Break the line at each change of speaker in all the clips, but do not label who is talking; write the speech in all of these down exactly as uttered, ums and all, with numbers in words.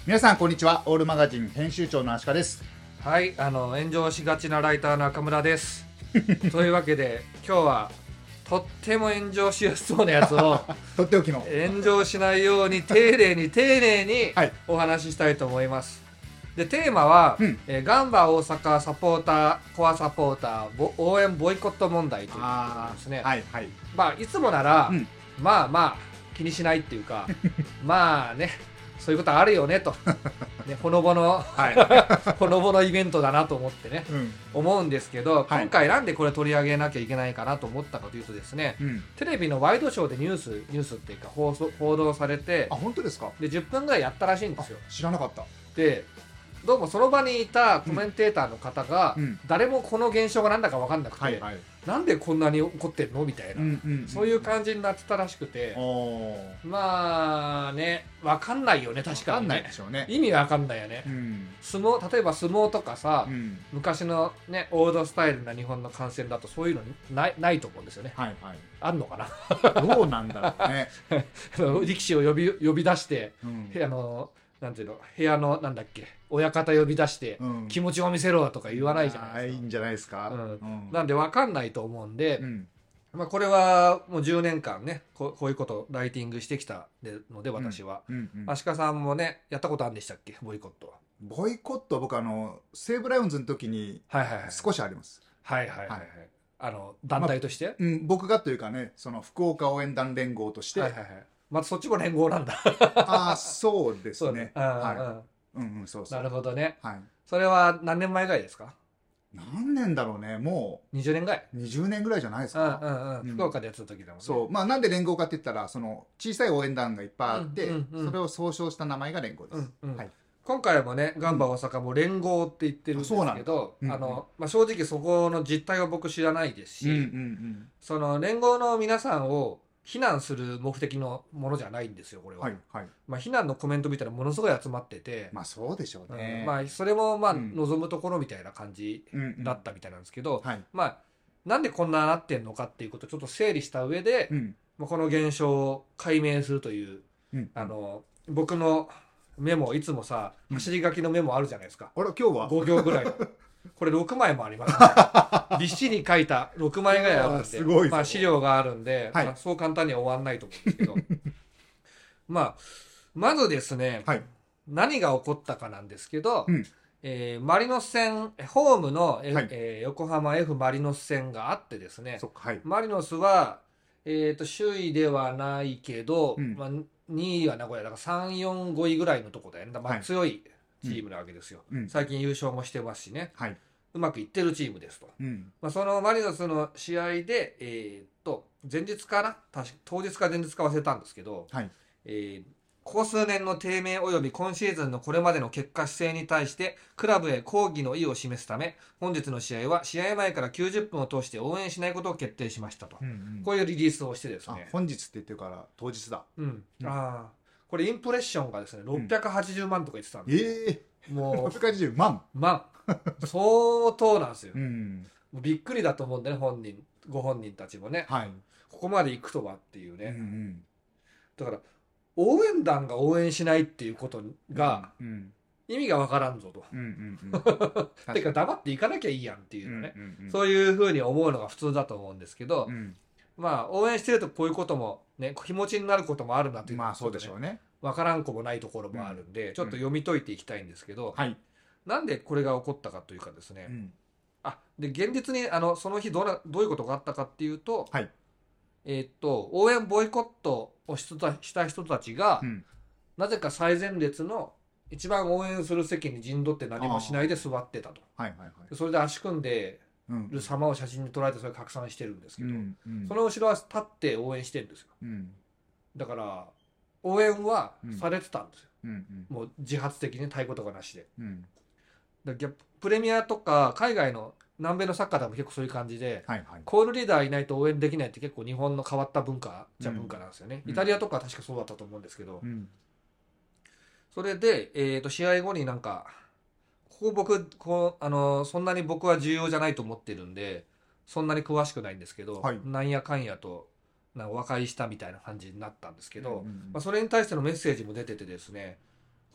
皆さんこんにちは。オールマガジン編集長の足利です。
はい、あの炎上しがちなライターの赤村ですというわけで今日はとっても炎上しやすそうなやつを
とっておきの
炎上しないように丁寧に丁寧に
はい
お話ししたいと思います。でテーマは、
うん
えーガンバ大阪サポーターコアサポーターボ応援ボイコット問題ということですね。
はいはい。
まあいつもなら、
うん
まあまあ気にしないっていうかまあねそういうことあるよねとねほのぼの
はい
ほのぼのイベントだなと思ってね
うん
思うんですけど、
はい
今回なんでこれ取り上げなきゃいけないかなと思ったかというとですね、
うん。
テレビのワイドショーでニュースニュースっていうか放送報道されて
あ、本当ですか。
でじゅっぷんぐらいやったらしいんですよ。
知らなかった。
でどうもその場にいたコメンテーターの方が、
うん
誰もこの現象が何だか分かんなくて、
はいはい。
なんでこんなに起こってんのみたいな、
うんうん。
そういう感じになってたらしくて、
おー。
まあね分かんないよね確かにね
わかんないで。しょうね。
意味わかんないよね。
うん
相撲例えば相撲とかさ、
うん。
昔のねオールドスタイルな日本の観戦だとそういうのないないと思うんですよね。
はいはい。
あんのかな
どうなんだろうね。
力士を呼び呼び出して
うん
部屋のなんていうの部屋のなんだっけ親方呼び出して
うん
気持ちを見せろとか言わないじゃないですか。
いいんじゃないですか。
うん
うん
なんで分かんないと思うんで、
うん
まあ、これはもうじゅうねんかんねここういうことライティングしてきたので私は、
うんうん。
足利さんもねやったことあるんでしたっけボイコットは。
ボイコット、僕あの西武ライオンズの時に
はいはいはい
少しあります。
はいはいはい、はい
はい
あの団体として、
うん、僕がというかね、その福岡応援団連合として、
はいはいはいまたそっちも連合なんだ
ああ、そうです
そう
ね。
うんうん
はい。うんうん、そうそう。
なるほどね。
はい。
それは何年前ぐらいですか？
何年だろうね。も
にじゅうねんぐらい。
うにじゅうねんぐらいじゃないです
うん
か。
うんうん
うん
福岡でやってた時だもんね。
そう。まあなんで連合かって言ったら、その小さい応援団がいっぱいあって、
うんうんうん
それを総称した名前が連合です。
うんうん
はい。
今回もねガンバ大阪も連合って言ってるんです
あそうなんだ
けど、
うんうん
あのまあ、正直そこの実態は僕知らないですし、
うんうんうん。
その連合の皆さんを非難する目的のものじゃないんですよこれは、
はいはい。
まあ、非難のコメント見たらものすごい集まってて、
まあそうでしょうね。
うんまあ、それもまあ
うん
望むところみたいな感じ
うんうん
だったみたいなんですけど、
はい。
まあなんでこんななってんのかっていうことをちょっと整理した上で、
うん。
まあこの現象を解明するという、
うん。
あの僕のメモいつもさ
うん
走り書きのメモあるじゃないですか、
あら、今日は
ご行ぐらいのこれろくまいもあります、ね、びっしり書いたろくまいぐらいあるん
うわ
です
ごいぞ
まあ、資料があるんで、
はい
まあ、そう簡単には終わんないと思うんですけどまあまずですね、
はい。
何が起こったかなんですけど、
うん
えーマリノス戦ホームの、F
はい
えー横浜 F マリノス戦があってですね
そっか、はい。
マリノスは、えー、と首位ではないけど、
うん
まあ、にいは名古屋だからさん、よん、ごいぐらいのとこだよね、まあ
はい
強いチームなわけですよ、
うん。
最近優勝もしてますしね
はい。
うまくいってるチームですと、
うん。
まあ、そのマリノスの試合で、えー、と前日かな確か当日か前日か忘れたんですけど、
はい。
えーここ数年の低迷及び今シーズンのこれまでの結果姿勢に対してクラブへ抗議の意を示すため本日の試合は試合前からきゅうじゅっぷんを通して応援しないことを決定しましたと、
うんうん
こういうリリースをしてです
あ
ね、
本日って言ってるから当日だ。
うん
うん
あーこれインプレッションがですねろっぴゃくはちじゅうまんとか言ってたんで、
ええ
も
ろっぴゃくはちじゅうまん。
うまあ相当なんですよ、
うん。
もうびっくりだと思うんでね本人ご本人たちもね
はい。
ここまで行くとはっていう
うんう
ね、
ん。
だから応援団が応援しないっていうことが
うん
意味がわからんぞと、
うんうんうん。
てか黙っていかなきゃいいやんっていうのね、
うんうん
そういうふうに思うのが普通だと思うんですけど、
うん
まあ応援してるとこういうこともね気持ちになることもあるなという
まあそうでしょうね。
分からんこもないところもあるんで、ちょっと読み解いていきたいんですけど、
はい。
なんでこれが起こったかというかですね、
うん
あで現実にあのその日どうなどういうことがあったかっていうと、
はい
えーっと応援ボイコットをしたした人たちが、
うん
なぜか最前列の一番応援する席に陣取って何もしないで座ってたと。
はいはいはい。
それで足組んで
うん
る様を写真に捉えてそれ拡散してるんですけ
う
ど、
んうん
その後ろは立って応援してるんですよ。
うん
だから応援はされてたんですよ、
うんうん
もう自発的に太鼓とかなしで。
うん
だから逆プレミアとか海外の南米のサッカーでも結構そういう感じで、
はいはい。
コールリーダーいないと応援できないって結構日本の変わった文化じゃ文化なんですよね、
うん
イタリアとかは確かそうだったと思うんですけど、
うん
それで、えー、と試合後になんかここ僕こうあのそんなに僕は重要じゃないと思ってるんでそんなに詳しくないんですけど、
はい
なんやかんやとなんか和解したみたいな感じになったんですけど、
うんうんうん
まあ、それに対してのメッセージも出ててですね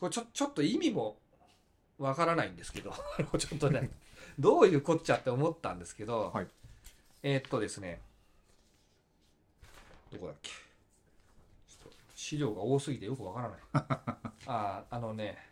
これちょちょっと意味もわからないんですけどちょっとねどういうこっちゃって思ったんですけど、
はい、
えー、っとですねどこだっけ、ちょっと資料が多すぎてよくわからないああのね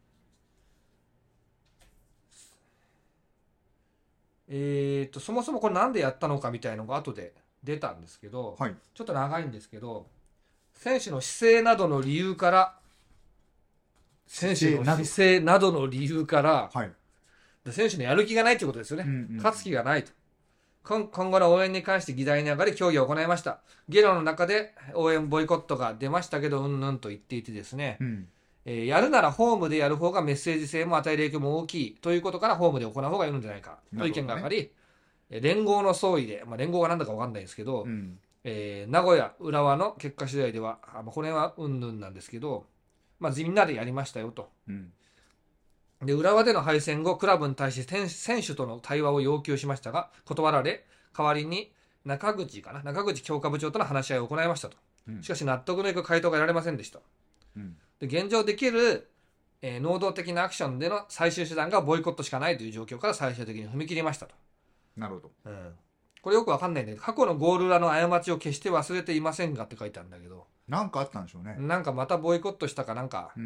えー、っとそもそもこれなんでやったのかみたいのが後で出たんですけど、
はい、
ちょっと長いんですけど、選手の姿勢などの理由から選手の姿勢などの理由から、
はい、
選手のやる気がないということですよね、
うんうん、
勝つ気がないと。今後の応援に関して議題に上がり協議を行いました。議論の中で応援ボイコットが出ましたけどうんぬんと言っていてですね、
うん
えー、やるならホームでやる方がメッセージ性も与える影響も大きいということからホームで行う方がいいんじゃないかという意見が上がり、ね、連合の総意で、まあ、連合が何だか分かんないですけど、うんえー、名古屋浦和の結果次第ではあ、まあ、これはうんぬんなんですけど、まあ、みんなでやりましたよと、うん、で浦和での敗戦後クラブに対して選手との対話を要求しましたが断られ、代わりに中口かな中口強化部長との話し合いを行いましたと、うん、しかし納得のいく回答が得られませんでした、うん、で現状できる、えー、能動的なアクションでの最終手段がボイコットしかないという状況から最終的に踏み切りましたと。
なるほど、
うん、これよくわかんないんだけど、過去のゴール裏の過ちを決して忘れていませんがって書いてあるんだけど、
なんかあったんでしょうね。
なんかまたボイコットしたかなんか、うん、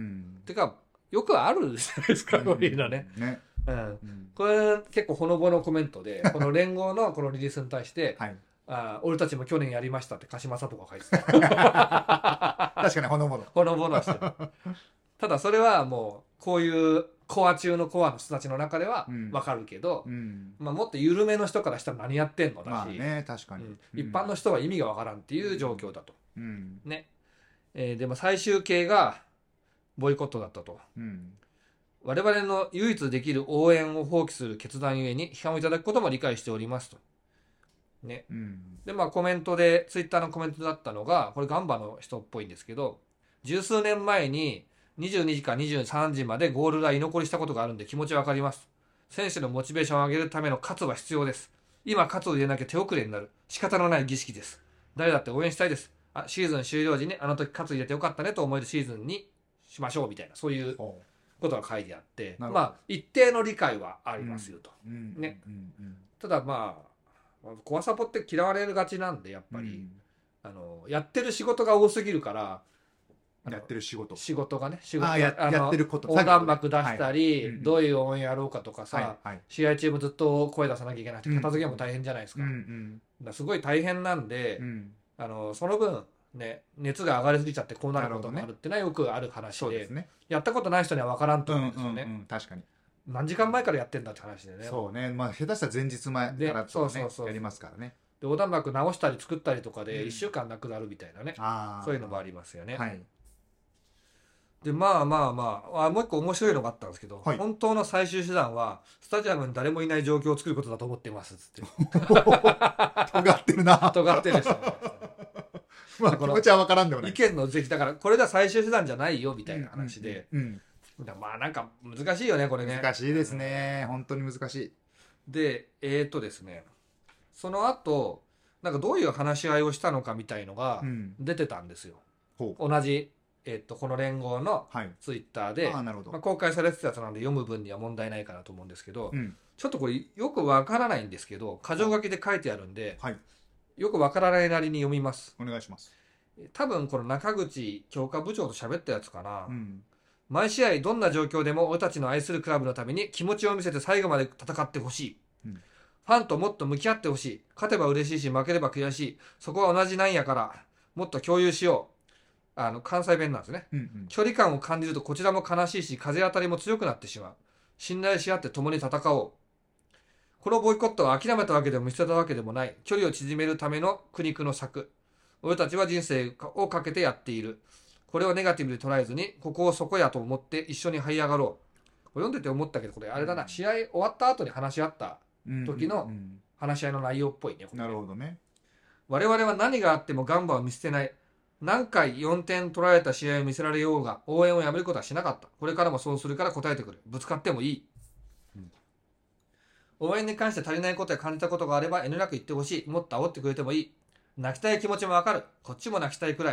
てかよくあるじゃないですか、こういうのね。ねうんうん、これ結構ほのぼのコメントでこの連合のこのリリースに対して、はい、あ俺たちも去年やりましたって鹿島佐藤が書いてた
確かにほのぼの
ほのぼのしてるただそれはもうこういうコア中のコアの人たちの中では分かるけど、うんうんまあ、もっと緩めの人からしたら何やってんのだし、まあね、確かに、うん、一般の人は意味が分からんっていう状況だと、うんねえー、でも最終形がボイコットだったと、うん我々の唯一できる応援を放棄する決断ゆえに批判をいただくことも理解しておりますと。ね。うん、で、まあコメントで、ツイッターのコメントだったのが、これガンバの人っぽいんですけど、十数年前ににじゅうにじからにじゅうさんじまでゴールライン居残りしたことがあるんで気持ちわかります。選手のモチベーションを上げるための喝は必要です。今喝を入れなきゃ手遅れになる。仕方のない儀式です。誰だって応援したいです。あ、シーズン終了時にあの時喝入れてよかったねと思えるシーズンにしましょうみたいな、そういう。ことが書いてあって、まあ一定の理解はありますよと、うん、ね、うんうん、ただまあコアサポって嫌われるがちなんでやっぱり、うん、あのやってる仕事が多すぎるから
やってる仕事
仕事がね仕事
あやあのやってること
横断幕出したり、はい、どういう応援やろうかとかさ、はいはい、試合中もずっと声出さなきゃいけなくて片付けも大変じゃないですか、うんうん、だすごい大変なんで、うん、あのその分ね、熱が上がりすぎちゃってこうなることもあるってのはよくある話 で, で、ね、やったことない人には分からんと思うんですよね、うんうんうん、
確かに
何時間前からやってんだって話でね。
そうね、まあ下手したら前日前からとかねやりますからね。
で横断幕直したり作ったりとかでいっしゅうかんなくなるみたいなね、うん、そういうのもありますよね、はい、でまあまあまあもう一個面白いのがあったんですけど、はい、本当の最終手段はスタジアムに誰もいない状況を作ることだと思っていますっつって
尖ってるな
尖ってるですよね
まあ、気持ちは分からんでもない
意見の是非だからこれでは最終手段じゃないよみたいな話で、うんうんうん、まあなんか難しいよねこれね。
難しいですね、本当に難しい。
でえー、っとですねその後なんかどういう話し合いをしたのかみたいのが出てたんですよ、うん、同じ、えー、っとこの連合のツイッターで、はいあなるほどまあ、公開されてたやつなんで読む分には問題ないかなと思うんですけど、うん、ちょっとこれよく分からないんですけど箇条書きで書いてあるんで、はいよくわからないなりに読みます。
お願いします。
多分この中口強化部長と喋ったやつかな、うん、毎試合どんな状況でも俺たちの愛するクラブのために気持ちを見せて最後まで戦ってほしい、うん、ファンともっと向き合ってほしい。勝てば嬉しいし負ければ悔しい。そこは同じなんやからもっと共有しよう。あの関西弁なんですね、うんうん、距離感を感じるとこちらも悲しいし風当たりも強くなってしまう。信頼し合って共に戦おう。このボイコットは諦めたわけでも見捨てたわけでもない。距離を縮めるための苦肉の策。俺たちは人生をかけてやっている。これをネガティブに捉えずに、ここをそこやと思って一緒に這い上がろう。これ読んでて思ったけど、これあれだな、試合終わった後に話し合った時の話し合いの内容っぽいね。これね
なるほどね。
我々は何があってもガンバを見捨てない。何回よんてん取られた試合を見せられようが、応援をやめることはしなかった。これからもそうするから答えてくる。ぶつかってもいい。応援に関して足りないことや感じたことがあれば遠慮なく言ってほしい。もっと煽ってくれてもいい。泣きたい気持ちもわかる。こっちも泣きたいくらい。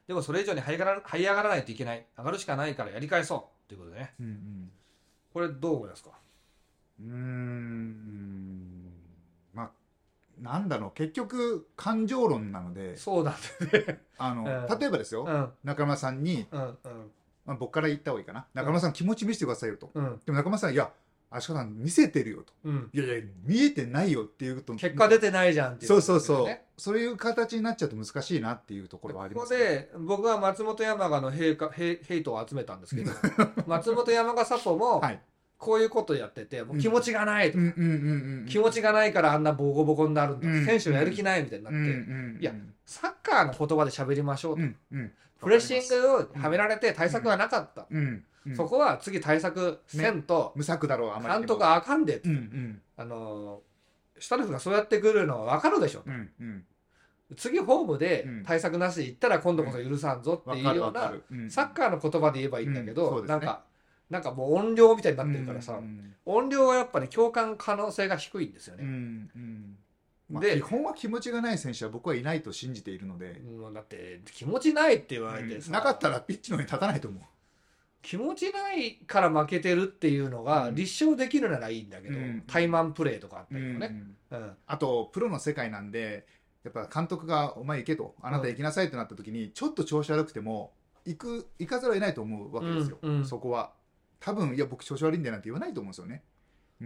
でもそれ以上に這い上がら這い上がらないといけない、上がるしかないからやり返そうということでね、
うんうん、
これどう思いますか？
うーん、まあなんだろう、結局感情論なので、
そうなんだよね
あの、
うん、
例えばですよ、
うん、
中村さんに、
うん、うん、
まあ、僕から言った方がいいかな、中村さん気持ち見せてくださいよと、
うん、
でも中村さん、いや足利さん見せてるよと、
うん、
いやいや見えてないよっていうと、
結果出てないじゃんっていう
そう
こと
そう
ですよね。
そう、そういう形になっちゃうと難しいなっていうところはあり
ここ
ますね。
で僕は松本山雅のヘイカヘイヘイトを集めたんですけど松本山雅サポも
はい、
こういうことやってて、もう気持ちがないとか、
うんうんうんうんうん、
気持ちがないからあんなボコボコになるんだ、
うん
選手がやる気ないみたいになって、
うんうんうん、
いやサッカーの言葉で喋りましょうと、
うんうん、
プレッシングをはめられて対策はなかった、
うんうんうん、
そこは次対策せんと、
ね、無策だろうあまり
監督あかんで、
うんうん、
あのシュタルフがそうやってくるのは分かるでしょ、
うんうん、
次ホームで対策なしで行ったら今度こそ許さんぞっていうような、サッカーの言葉で言えばいいんだけど、なんかなんかもう音量みたいになってるからさ、音量はやっぱり共感可能性が低いんですよね、うんうん、
まあ、で基本は気持ちがない選手は僕はいないと信じているので、
うん、だって気持ちないって言われてさ、
うん、なかったらピッチの上に立たないと思う。
気持ちないから負けてるっていうのが立証できるならいいんだけど、うん、タイマンプレーとかあったりとかね、
うんうん、あとプロの世界なんでやっぱ監督がお前行けと、あなた行きなさいとなった時に、ちょっと調子悪くても行く行かざるを得ないと思うわけですよ、うんうん、そこは多分いや僕調子悪いんだよなんて言わないと思うんですよね、うん、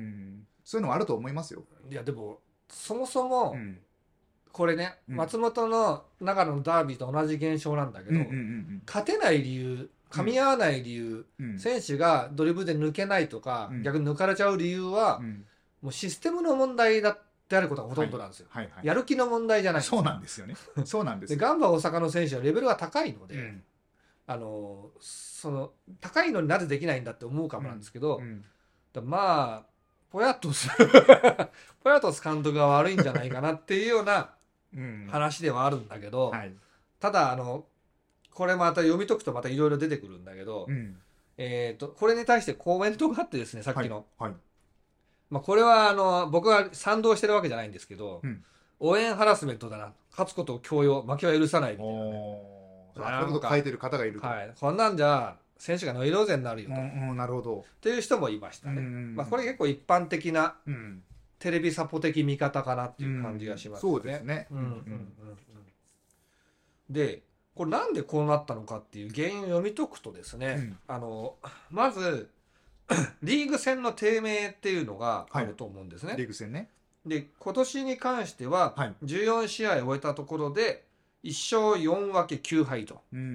そういうのもあると思いますよ。
いやでもそもそも、うん、これね、うん、松本の長野のダービーと同じ現象なんだけど、うんうんうんうん、勝てない理由、噛み合わない理由、うん、選手がドリブルで抜けないとか、うん、逆に抜かれちゃう理由は、うん、もうシステムの問題だであることがほとんどなんですよ、はいはいはい、やる気の問題じゃない。
そうなんですよね。そうなんです
でガンバ大阪の選手はレベルが高いので、うん、あのその高いのになぜできないんだって思うかもなんですけど、うんうん、だまあポヤトスポヤトス監督が悪いんじゃないかなっていうような話ではあるんだけど、うんはい、ただあのこれまた読み解くとまたいろいろ出てくるんだけど、うん、えーとこれに対してコメントがあってですね、さっきの、はいはい、まあ、これはあの僕は賛同してるわけじゃないんですけど、うん、応援ハラスメントだな、勝つことを強要、負けは許さないみたいな、ね、
そういうこと書いてる方がいると、
はい、こんなんじゃ選手がノイローゼになるよと、
うんうん、なるほど
っていう人もいましたね、うんうん、まあ、これ結構一般的な、うん、テレビサポ的見方かなっていう感じがしますね、
うん、そうですね、うんうんうん
うん、でこれなんでこうなったのかっていう原因を読み解くとですね、うん、あのまずリーグ戦の低迷っていうのがあると思うんですね、はい、
リーグ戦ね。
で今年に関してはじゅうよんしあい終えたところでいっしょうよんわけきゅうはいと、うんうんうん、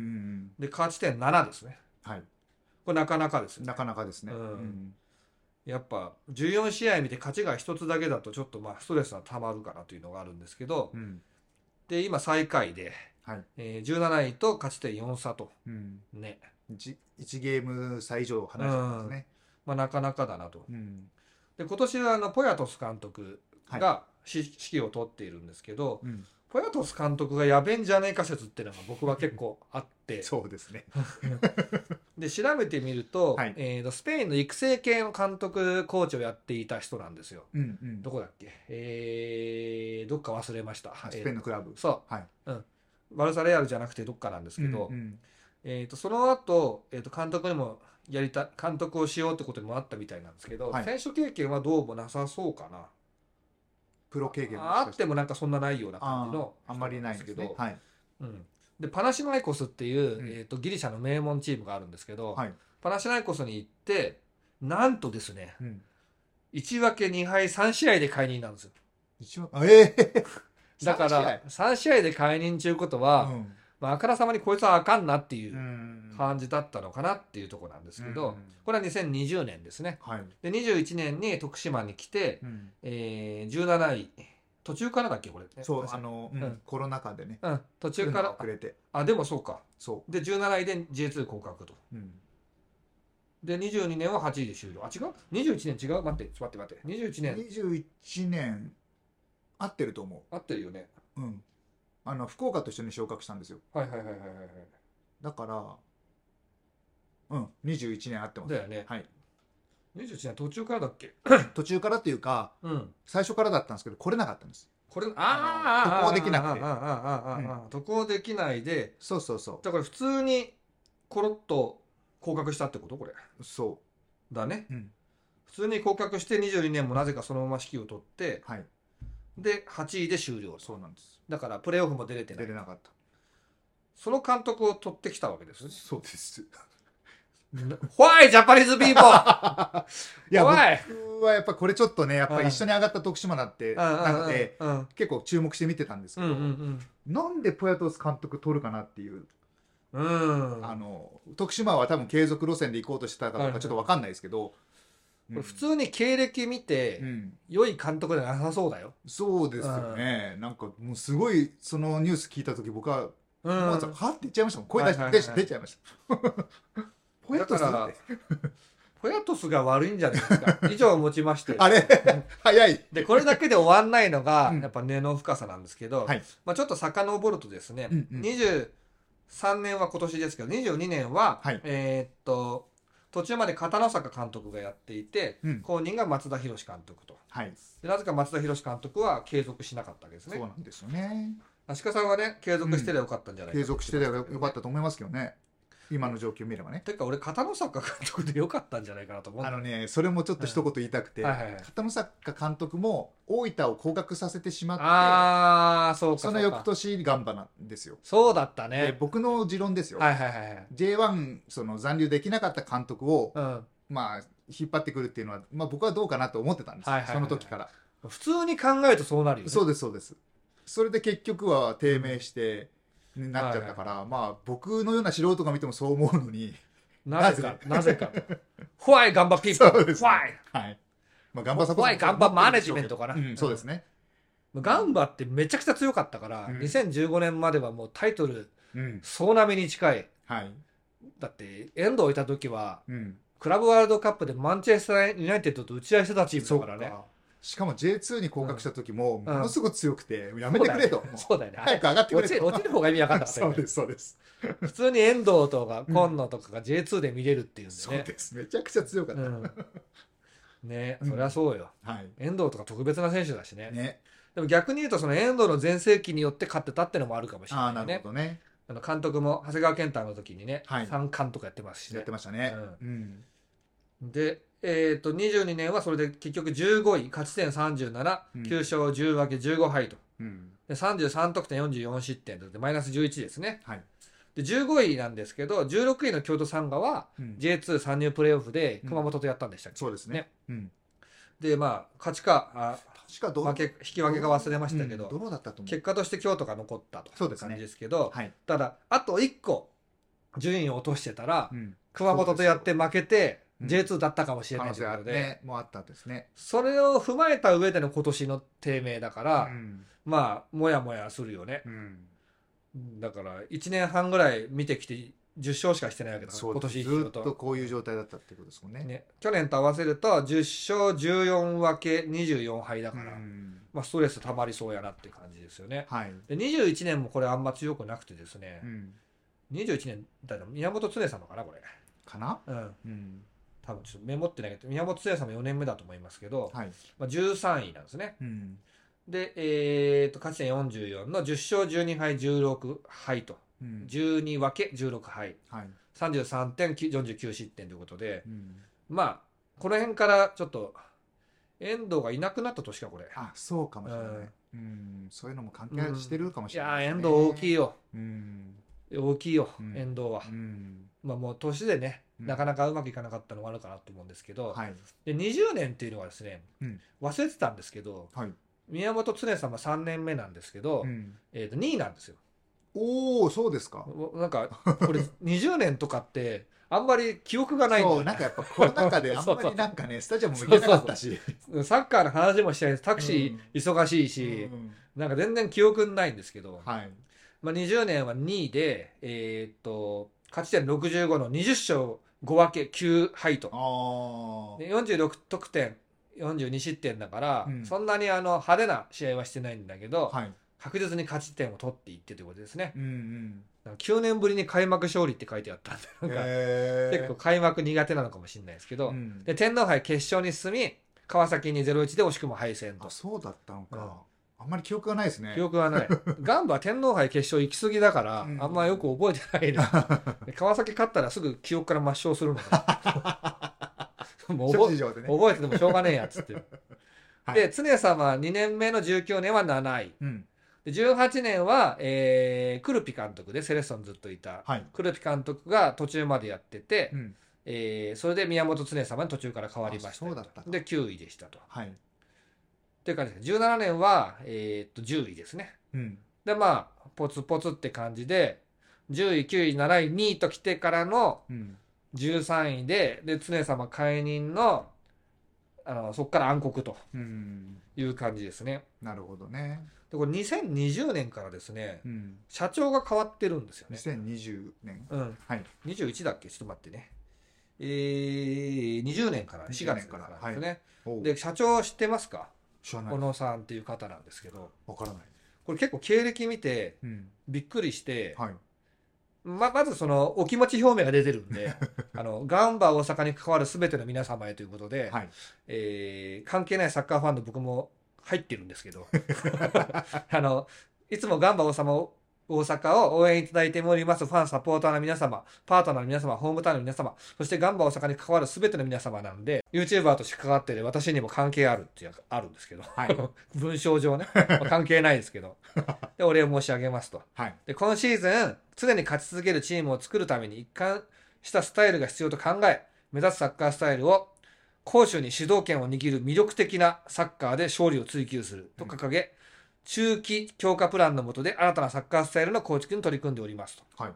で勝ち点ななですね、はい、これなかなかですね、
なかなかですね、うんうん、
やっぱじゅうよんしあい見て勝ちがひとつだけだとちょっとまあストレスはたまるかなというのがあるんですけど、うん、で今最下位で、はい、えー、じゅうなないと勝ち点よんさと、うん、ね、
1, いちゲーム差以上離れてますね、
まあ、なかなかだなと、うん、で今年はあのポヤトス監督が指揮を取っているんですけど、うん、ポヤトス監督がやべんじゃねえか説っていうのが僕は結構あって
そうですね
で調べてみると、はい、えー、とスペインの育成系の監督コーチをやっていた人なんですよ、うんうん、どこだっけ、えー、どっか忘れました、
スペインのクラブ、
えー、そう、はい、うん、バルサレアルじゃなくてどっかなんですけど、うんうん、えー、とその後、えー、と監督にもやりた監督をしようってことにもあったみたいなんですけど、はい、選手経験はどうもなさそうかな。
プロ経験
ああってもなんかそんなないような感じの
あ, あんまりないんですけど、はい、
うん、でパナシナイコスっていう、うん、えー、とギリシャの名門チームがあるんですけど、はい、パナシナイコスに行ってなんとですね、うん、いちわけにはいさんしあいで解任なんですよ。
一わえー、
だからさんしあいで解任ということは、うん、まあ、あからさまにこいつはあかんなっていう感じだったのかなっていうところなんですけど、うん、これはにせんにじゅうねんですね、はい、でにじゅういちねんに徳島に来て、うん、えー、じゅうなない途中からだっけこれ、ね、
そうあの、うんうん、コロナ禍でね、
うん、途中から
遅れて、
あでもそうか、
そう
でじゅうなないで ジェイツー 降格と、うん、でにじゅうにねんははちいで終了。あ違うにじゅういちねん違う待って待って待ってにじゅういちねん
にじゅういちねん合ってると思
う。合ってるよね。
うん、あの福岡と一緒に昇格したんですよ。
はいはいはいはいはい。
だからうんにじゅういちねん合ってます。
だよね。
はい。
にじゅういちねん途中からだっけ？
途中からっていうか、うん、最初からだったんですけど来れなかったんです。
これあ
あ渡航できなくて
渡航できないで、
そうそうそう、
だから普通にコロッと降格したってことこれ
そう
だね、
うん、
普通に降格してにじゅうにねんもなぜかそのまま指揮を取って、
はい、
ではちいで終了。
そうなんです。
だからプレーオフも出れてない、
出れなかった。
その監督を取ってきたわけですね。
そうです。
Why Japanese people
いや僕はやっぱこれちょっとねやっぱ一緒に上がった徳島だってなので結構注目して見てたんですけど、うんうん、なんでポヤトス監督取るかなっていう、うん、あの徳島は多分継続路線で行こうとしてたかどうかちょっと分かんないですけど、
うん、普通に経歴見て、うん、良い監督でなさそうだよ。
そうですよね、うん、なんかもうすごいそのニュース聞いた時僕は思わず、うん、はって言っちゃいましたもん。声出し、はいはいはい、出ちゃいましたポヤトスだって
ポヤトスが悪いんじゃないですか。以上をもちまして
あれ早い
でこれだけで終わんないのが、うん、やっぱ根の深さなんですけど、はい、まあ、ちょっと遡るとですね、うんうん、にじゅうさんねんは今年ですけどにじゅうにねんは、はい、えー、っと途中まで片野坂監督がやっていて、うん、後任が松田博監督と、はい、でなぜか松田博監督は継続しなかったわけですね。
そうなんですよね。
足利さんはね継続してればよかったんじゃないか、
うん、継続してればよかったと思いますけどね、今の状況を見ればね。
てか俺片野坂監督でよかったんじゃないかなと思う。
あのねそれもちょっと一言言いたくて、はいはいはいはい、片野坂監督も大分を降格させてしまって、
あーそうかそうか、
その翌年ガンバなんですよ。
そうだったね。
で僕の持論ですよ、はいはいはい、ジェイワン その残留できなかった監督を、うん、まあ引っ張ってくるっていうのは、まあ、僕はどうかなと思ってたんですよ、はいはいはいはい、その時から。
普通に考えるとそうなるよね。
そうですそうです。それで結局は低迷してなっちゃったから、はいはい、まあ僕のような素人が見てもそう思うのに
なぜかなぜかホワイガンバピーポー、
そうです、ね、はい、まあ、ガンバサポート、
ホワイガンバマネジメントかな、
うん、そうですね。
ガンバってめちゃくちゃ強かったから、うん、にせんじゅうごねんまではもうタイトル、うん、総なめに近い、はい、だって遠藤いた時は、うん、クラブワールドカップでマンチェスターユナイテッドと打ち合いしてたチームだからね。
しかも ジェイツー に降格した時もものすごく強くて、うん、やめてくれと、
そうだよね、
早く上がってくれと、
落ちる方が意味わかんなかったよね。
そうですそうです。
普通に遠藤とか今野とかが ジェイツー で見れるっていうんでね、
そうです、めちゃくちゃ強かった、うん、
ね、そりゃそうよ、うん、はい、遠藤とか特別な選手だし ね,
ね。
でも逆に言うとその遠藤の全盛期によって勝ってたってのもあるかもしれないね。
あ、なるほどね。
あの監督も長谷川健太の時にね、はい、さん冠とかやってますしね。
やってましたね、
うんうん、でえー、とにじゅうにねんはそれで結局じゅうごい、勝ち点さんじゅうなな、うん、きゅう勝じゅう分けじゅうご敗と、うん、でさんじゅうさん得点よんじゅうよん失点とでマイナスじゅういちですね、はい、でじゅうごいなんですけどじゅうろくいの京都サンガは、うん、ジェイツー 参入プレーオフで熊本とやったんでしたっけ、
うん、そうですね、ね、うん、
でまあ勝ちかあ
確かど
負け引き分けか忘れましたけど、
うん、どうだったと思う、
結果として京都が残ったという感じですけど、
はい、
ただあといっこ順位を落としてたら、うん、熊本とやって負けてジェイツー だったかもしれないということで、
ね、もうあったんですね。
それを踏まえた上での今年の低迷だから、うん、まあもやもやするよね、うん、だからいちねんはんぐらい見てきてじゅっ勝しかしてないわけだから、今年
ずっとこういう状態だったってことですもん ね, ね
去年と合わせるとじゅっ勝じゅうよん分けにじゅうよん敗だから、うん、まあ、ストレスたまりそうやなっていう感じですよね、はい、でにじゅういちねんもこれあんま強くなくてですね、うん、にじゅういちねんだと宮本常さんのかなこれ
かな、うん、
うん多分ちょっとメモってないけど宮本剛さんもよねんめだと思いますけど、はい、まあ、じゅうさんいなんですね、うん、で、えー、と勝ち点よんじゅうよんのじゅっ勝じゅうに敗じゅうろく敗と、うん、じゅうに分けじゅうろく敗、はい、さんじゅうさんてんよんじゅうきゅう失点ということで、うん、まあこの辺からちょっと遠藤がいなくなった年かこれ。
あ、そうかもしれない、うん、うん、そういうのも関係してるかもしれない、
ね、うん、いや遠藤大きいよ、うん、大きいよ、うん、遠藤は、うん、まあもう年でねなかなかうまくいかなかったのもあるかなと思うんですけど、はい、でにじゅうねんっていうのはですね、うん、忘れてたんですけど、はい、宮本常さんはさんねんめなんですけど、うん、えー、とにいなんですよ。
おお、そうですか。
なんかこれにじゅうねんとかってあんまり記憶がないんだよ、ね、
そうなんかやっぱコロナ禍であんまりなんかねスタジアムも行けなかったし
サッカーの話もしたいです。タクシー忙しいし、うん、なんか全然記憶ないんですけど、はい、まあ、にじゅうねんはにいで、えー、っと勝ち点ろくじゅうごのにじゅっ勝ご分けきゅう敗と、でよんじゅうろく得点よんじゅうに失点だから、うん、そんなにあの派手な試合はしてないんだけど、はい、確実に勝ち点を取っていってということですね、うんうん、きゅうねんぶりに開幕勝利って書いてあったんでなんか結構開幕苦手なのかもしれないですけど、うん、で天皇杯決勝に進み川崎に ゼロたいいち で惜しくも敗戦と。
あ、そうだったのか、 あんまり記憶がないですね。
記憶がない。ガンバ天皇杯決勝行き過ぎだから、うん、あんまよく覚えてないね。川崎勝ったらすぐ記憶から抹消するの。もう覚え、ね、覚えててもしょうがねえやつって。はい、で常様にねんめのじゅうきゅうねんはなない、うん、でじゅうはちねんは、えー、クルピ監督でセレッソにずっといた、はい、クルピ監督が途中までやってて、うん、えー、それで宮本常様に途中から変わりました。
そうだった
できゅういでしたと。
はい、
という感じです。じゅうななねんは、えー、っとじゅういですね、うん、でまあポツポツって感じでじゅういきゅういなないにいと来てからのじゅうさんいで、で常様解任のあのそこから暗黒という感じですね。
なるほどね。
でこれにせんにじゅうねんからですね、うん、社長が変わってるんですよね。
にせんにじゅうねん、
うん、はい、にじゅういちだっけ、ちょっと待ってね、えー、にじゅうねんからしがつからですね、はい、で社長知ってますか？小野さんっていう方なんですけど、
わからない。
これ結構経歴見てびっくりして、うん、はい、ま, まずそのお気持ち表明が出てるんであのガンバ大阪に関わる全ての皆様へということで、はい、えー、関係ないサッカーファンの僕も入ってるんですけどあのいつもガンバ大阪大阪を応援いただいておりますファンサポーターの皆様、パートナーの皆様、ホームタウンの皆様、そしてガンバ大阪に関わる全ての皆様なんで YouTuber として関わっている私にも関係あるっていうあるんですけど、はい、文章上ね関係ないですけどでお礼を申し上げますと、はい、で今シーズン常に勝ち続けるチームを作るために一貫したスタイルが必要と考え、目指すサッカースタイルを攻守に主導権を握る魅力的なサッカーで勝利を追求すると掲げ、うん、中期強化プランの下で新たなサッカースタイルの構築に取り組んでおりますと、はい、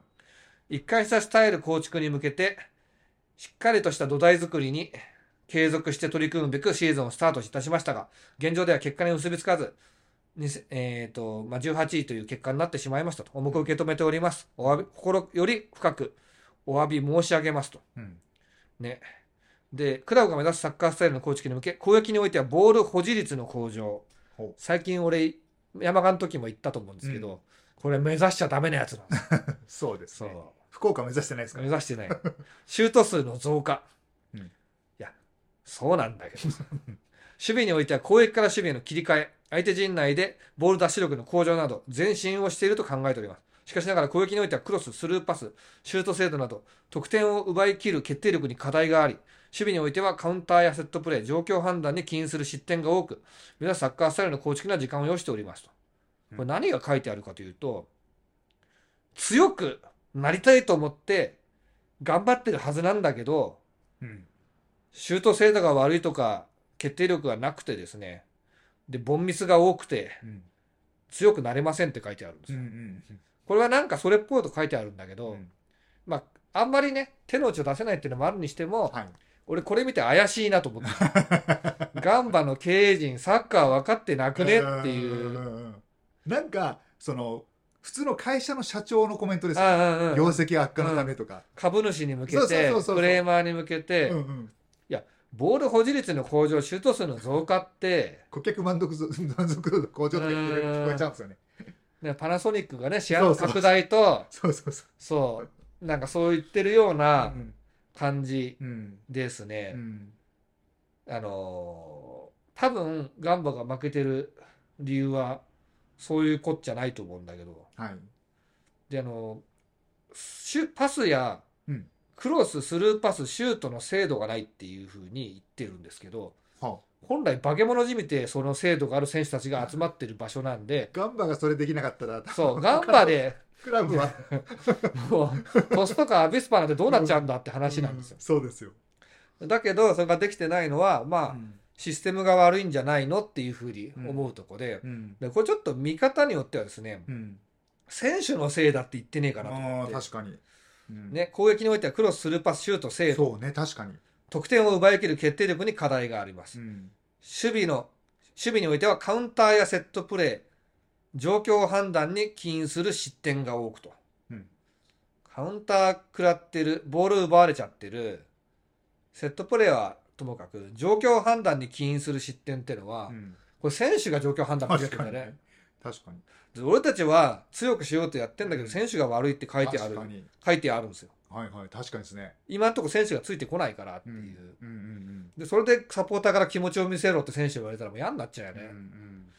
一貫したスタイル構築に向けてしっかりとした土台作りに継続して取り組むべくシーズンをスタートいたしましたが、現状では結果に結びつかずえーとまあ、じゅうはちいという結果になってしまいましたと重く受け止めております。お詫び心より深くお詫び申し上げますと、うん、ね、でクラブが目指すサッカースタイルの構築に向け、攻撃においてはボール保持率の向上、最近俺山鹿の時も言ったと思うんですけど、うん、これ目指しちゃダメなやつなんです
そうですね。福岡目指してないですか、
ね、目指してないシュート数の増加、うん、いやそうなんだけど守備においては攻撃から守備への切り替え、相手陣内でボール奪取力の向上など前進をしていると考えております。しかしながら攻撃においてはクロス、スルーパス、シュート精度など得点を奪い切る決定力に課題があり、守備においてはカウンターやセットプレー、状況判断に起因する失点が多く、目指すサッカースタイルの構築には時間を要しておりますと。これ何が書いてあるかというと、強くなりたいと思って頑張ってるはずなんだけど、うん、シュート精度が悪いとか決定力がなくてですね、でボンミスが多くて、うん、強くなれませんって書いてあるんですよ、うんうんうん、これはなんかそれっぽいと書いてあるんだけど、うん、まああんまりね手の内を出せないっていうのもあるにしても、はい、俺これ見て怪しいなと思ってガンバの経営陣サッカー分かってなくねっていう
なんかその普通の会社の社長のコメントですよ、ね、うんうん、業績悪化のためとか、うん、
株主に向けてクレーマーに向けて、うんうん、いやボール保持率の向上、シュート数の増加って
顧客満足満足度の向上とか聞こえちゃうんですよね。
ね、パナソニックがね、シェア拡大と
そうそうそう
そうなんかそう言ってるような感じですね、うんうんうん、あの多分ガンバが負けてる理由はそういうこっちゃないと思うんだけど、はい、であのシュパスやクロス、スルーパス、シュートの精度がないっていうふうに言ってるんですけど、はあ、本来化け物じみてその精度がある選手たちが集まってる場所なんで、
ガンバがそれできなかったら
そうガンバで
クラブは
もうトスとかアビスパなんてどうなっちゃうんだって話なんですよ、
うんうん、そうですよ。
だけどそれができてないのはまあ、うん、システムが悪いんじゃないのっていうふうに思うとこで、うん、でこれちょっと見方によってはですね、うん、選手のせいだって言ってねえかなと思って。
あ確かに、
うんね、攻撃においてはクロス、スルーパス、シュート、精度、
そうね、確かに
得点を奪い切る決定力に課題があります、うん、守備の守備においてはカウンターやセットプレー、状況判断に起因する失点が多くと、うん、カウンター食らってる、ボール奪われちゃってる、セットプレーはともかく状況判断に起因する失点っていうのは、うん、これ選手が状況判断してるんだよね。
確かに
俺たちは強くしようとやってんだけど、うん、選手が悪いって書いてある書いてあるんですよ。
はいはい、確かにですね。
今のところ選手がついてこないからっていう、うんうんうんうん、でそれでサポーターから気持ちを見せろって選手に言われたらもう嫌になっちゃうよね、うん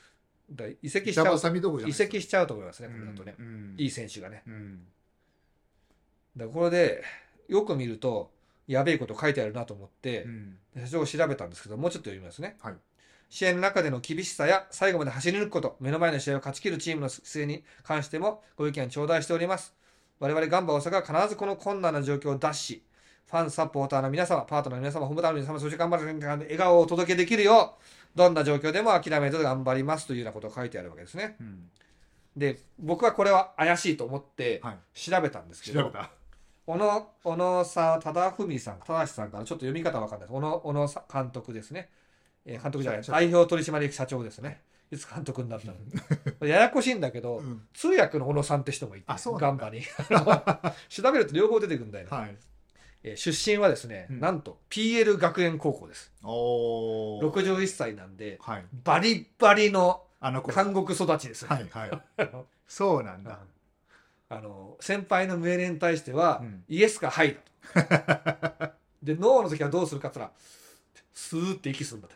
だ移籍しちゃう移籍しちゃうと思いますね、これだとね、
うん、
いい選手がね、
うん、
だからこれでよく見るとやべえこと書いてあるなと思って、うん、社長を調べたんですけど、もうちょっと読みますね、はい、試合の中での厳しさや最後まで走り抜くこと、目の前の試合を勝ち切るチームの姿勢に関してもご意見頂戴しております。我々ガンバ大阪は必ずこの困難な状況を脱し、ファンサポーターの皆様、パートナーの皆様、本部団の皆様、そして頑張る笑顔をお届けできるよう、どんな状況でも諦めず頑張りますというようなことが書いてあるわけですね、うん、で僕はこれは怪しいと思って調べたんですけど、はい、小野小野さん、忠文さん、忠さんからちょっと読み方わかんないです。小野小野監督ですね、えー、監督じゃない代表取締役社長ですね、いつ監督になったのややこしいんだけど、うん、通訳の小野さんって人もいて、ガンバに調べると両方出てくるんだよね、はい、えー、出身はですね、うん、なんと ピーエル 学園高校です。おろくじゅういっさいなんで、はい、バリバリの韓国育ちですね、はいはい、
そうなんだ、
あの先輩の命令に対しては、うん、イエスかはいだとでノーの時はどうするかって言ったらスーって息するんだ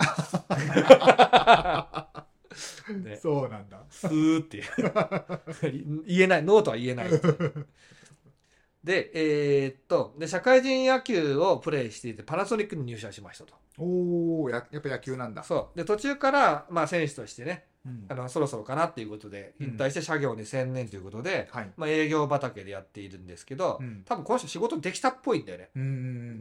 ってね、
そうなんだ、
スーって言えない、ノーとは言えないで、えー、っとで社会人野球をプレーしていてパナソニックに入社しましたと。
おお、や, やっぱ野球なんだ。
そうで途中から、まあ、選手としてね、うん、あのそろそろかなっていうことで引退して社業に専念ということで、うん、まあ、営業畑でやっているんですけど、うん、多分この人仕事できたっぽいんだよね、うん、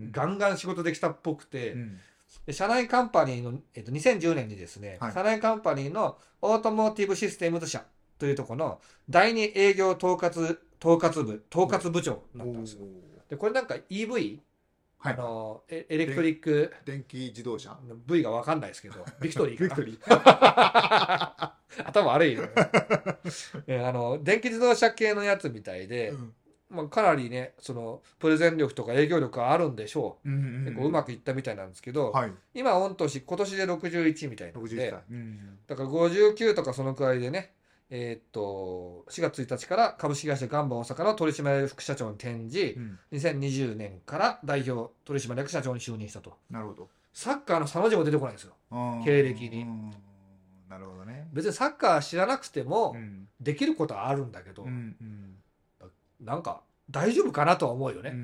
ガンガン仕事できたっぽくて、うん、で社内カンパニーの、えっと、にせんじゅうねんにですね、はい、社内カンパニーのオートモーティブシステムズ社というところの第二営業統括統括部統括部長になったんですよ。でこれなんか イーブイ、はい、あのエレクトリック
電気自動車
V が分かんないですけどビクトリーかな頭悪い、ね、あの電気自動車系のやつみたいで、うん、まあ、かなりねそのプレゼン力とか営業力があるんでしょう、うんうんうん、結構うまくいったみたいなんですけど、はい、今御年今年でろくじゅういちみたいなので、うん、だからごじゅうきゅうとかそのくらいでね、えー、っとしがつついたちから株式会社ガンバ大阪の取締役副社長に転じ、うん、にせんにじゅうねんから代表取締役社長に就任したと。
なるほど。
サッカーのさの字も出てこないんですよ、経歴に。
なるほどね。
別にサッカー知らなくてもできることはあるんだけど、うんうん、なんか大丈夫かなとは思うよね。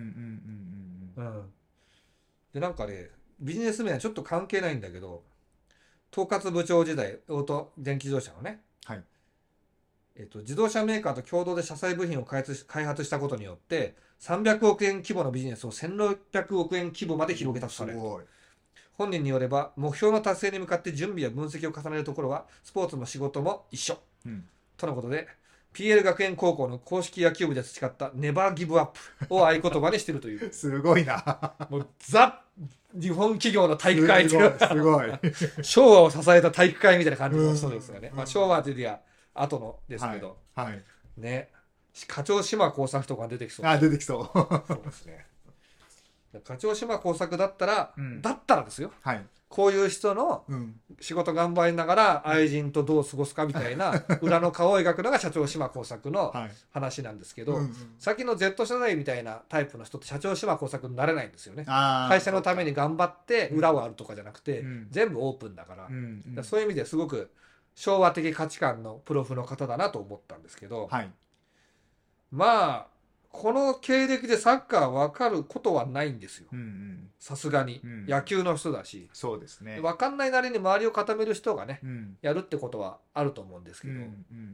でなんかねビジネス面はちょっと関係ないんだけど、統括部長時代オート電気自動車のね、はい、えっと、自動車メーカーと共同で車載部品を開発、開発したことによってさんびゃくおくえん規模のビジネスをせんろっぴゃくおくえん規模まで広げたとされる。本人によれば目標の達成に向かって準備や分析を重ねるところはスポーツも仕事も一緒、うん、とのことで ピーエル 学園高校の公式野球部で培ったネバーギブアップを合言葉にしているという
すごいな
もうザ日本企業の体育会
すごいすごい
昭和を支えた体育会みたいな感じの人ですよね、まあ、昭和というや後のですけど、はいはい、ね、課長島耕作とか出てきそう。
あ、出てきそう
そうですね。課長島耕作だったら、うん、だったらですよ、はい、こういう人の仕事頑張りながら愛人とどう過ごすかみたいな裏の顔を描くのが社長島耕作の話なんですけど、はい、うんうん、先の Z 社内みたいなタイプの人って社長島耕作になれないんですよね。会社のために頑張って裏をあるとかじゃなくて、うん、全部オープンだから、うんうん、だからそういう意味ですごく昭和的価値観のプロフの方だなと思ったんですけど、はい、まあこの経歴でサッカー分かることはないんですよ、さすがに、うん、野球の人だし。
そうですね、
分かんないなりに周りを固める人がね、うん、やるってことはあると思うんですけど、うんうん、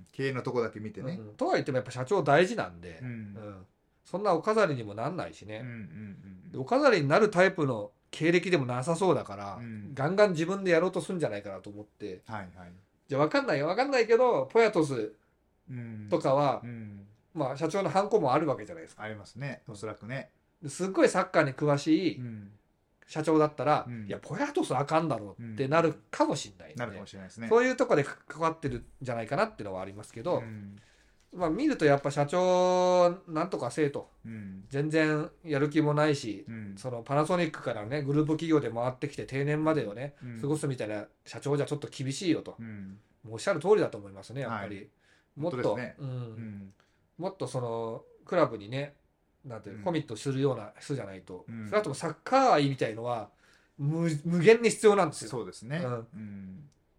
経営のとこだけ見てね、
うん、とは言ってもやっぱ社長大事なんで、うんうん、そんなお飾りにもなんないしね、うんうんうん、お飾りになるタイプの経歴でもなさそうだから、うん、ガンガン自分でやろうとするんじゃないかなと思って、はいはい、じゃあ分かんないよ分かんないけどポヤトスとかは、うんうん、まあ社長のハンコもあるわけじゃないですか。
ありますね、おそらくね。
すっごいサッカーに詳しい社長だったら、うん、いやポヤトスあかんだろうってなるかもしれない、ね、
なるかもしれないですね。
そういうところで関わってるんじゃないかなっていうのはありますけど、うん、まあ見るとやっぱ社長なんとかせえと、うん、全然やる気もないし、うん、そのパナソニックからねグループ企業で回ってきて定年までをね、うん、過ごすみたいな社長じゃちょっと厳しいよと、うん、もうおっしゃる通りだと思いますねやっぱり、はい、もっと、ね、うんうん、もっとそのクラブにねなんていう、うん、コミットするような人じゃないと、うん、それあとサッカー愛みたいのは 無, 無限に必要なんですよ。
そうですね、うんうん、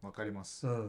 わかります、
うん
うん、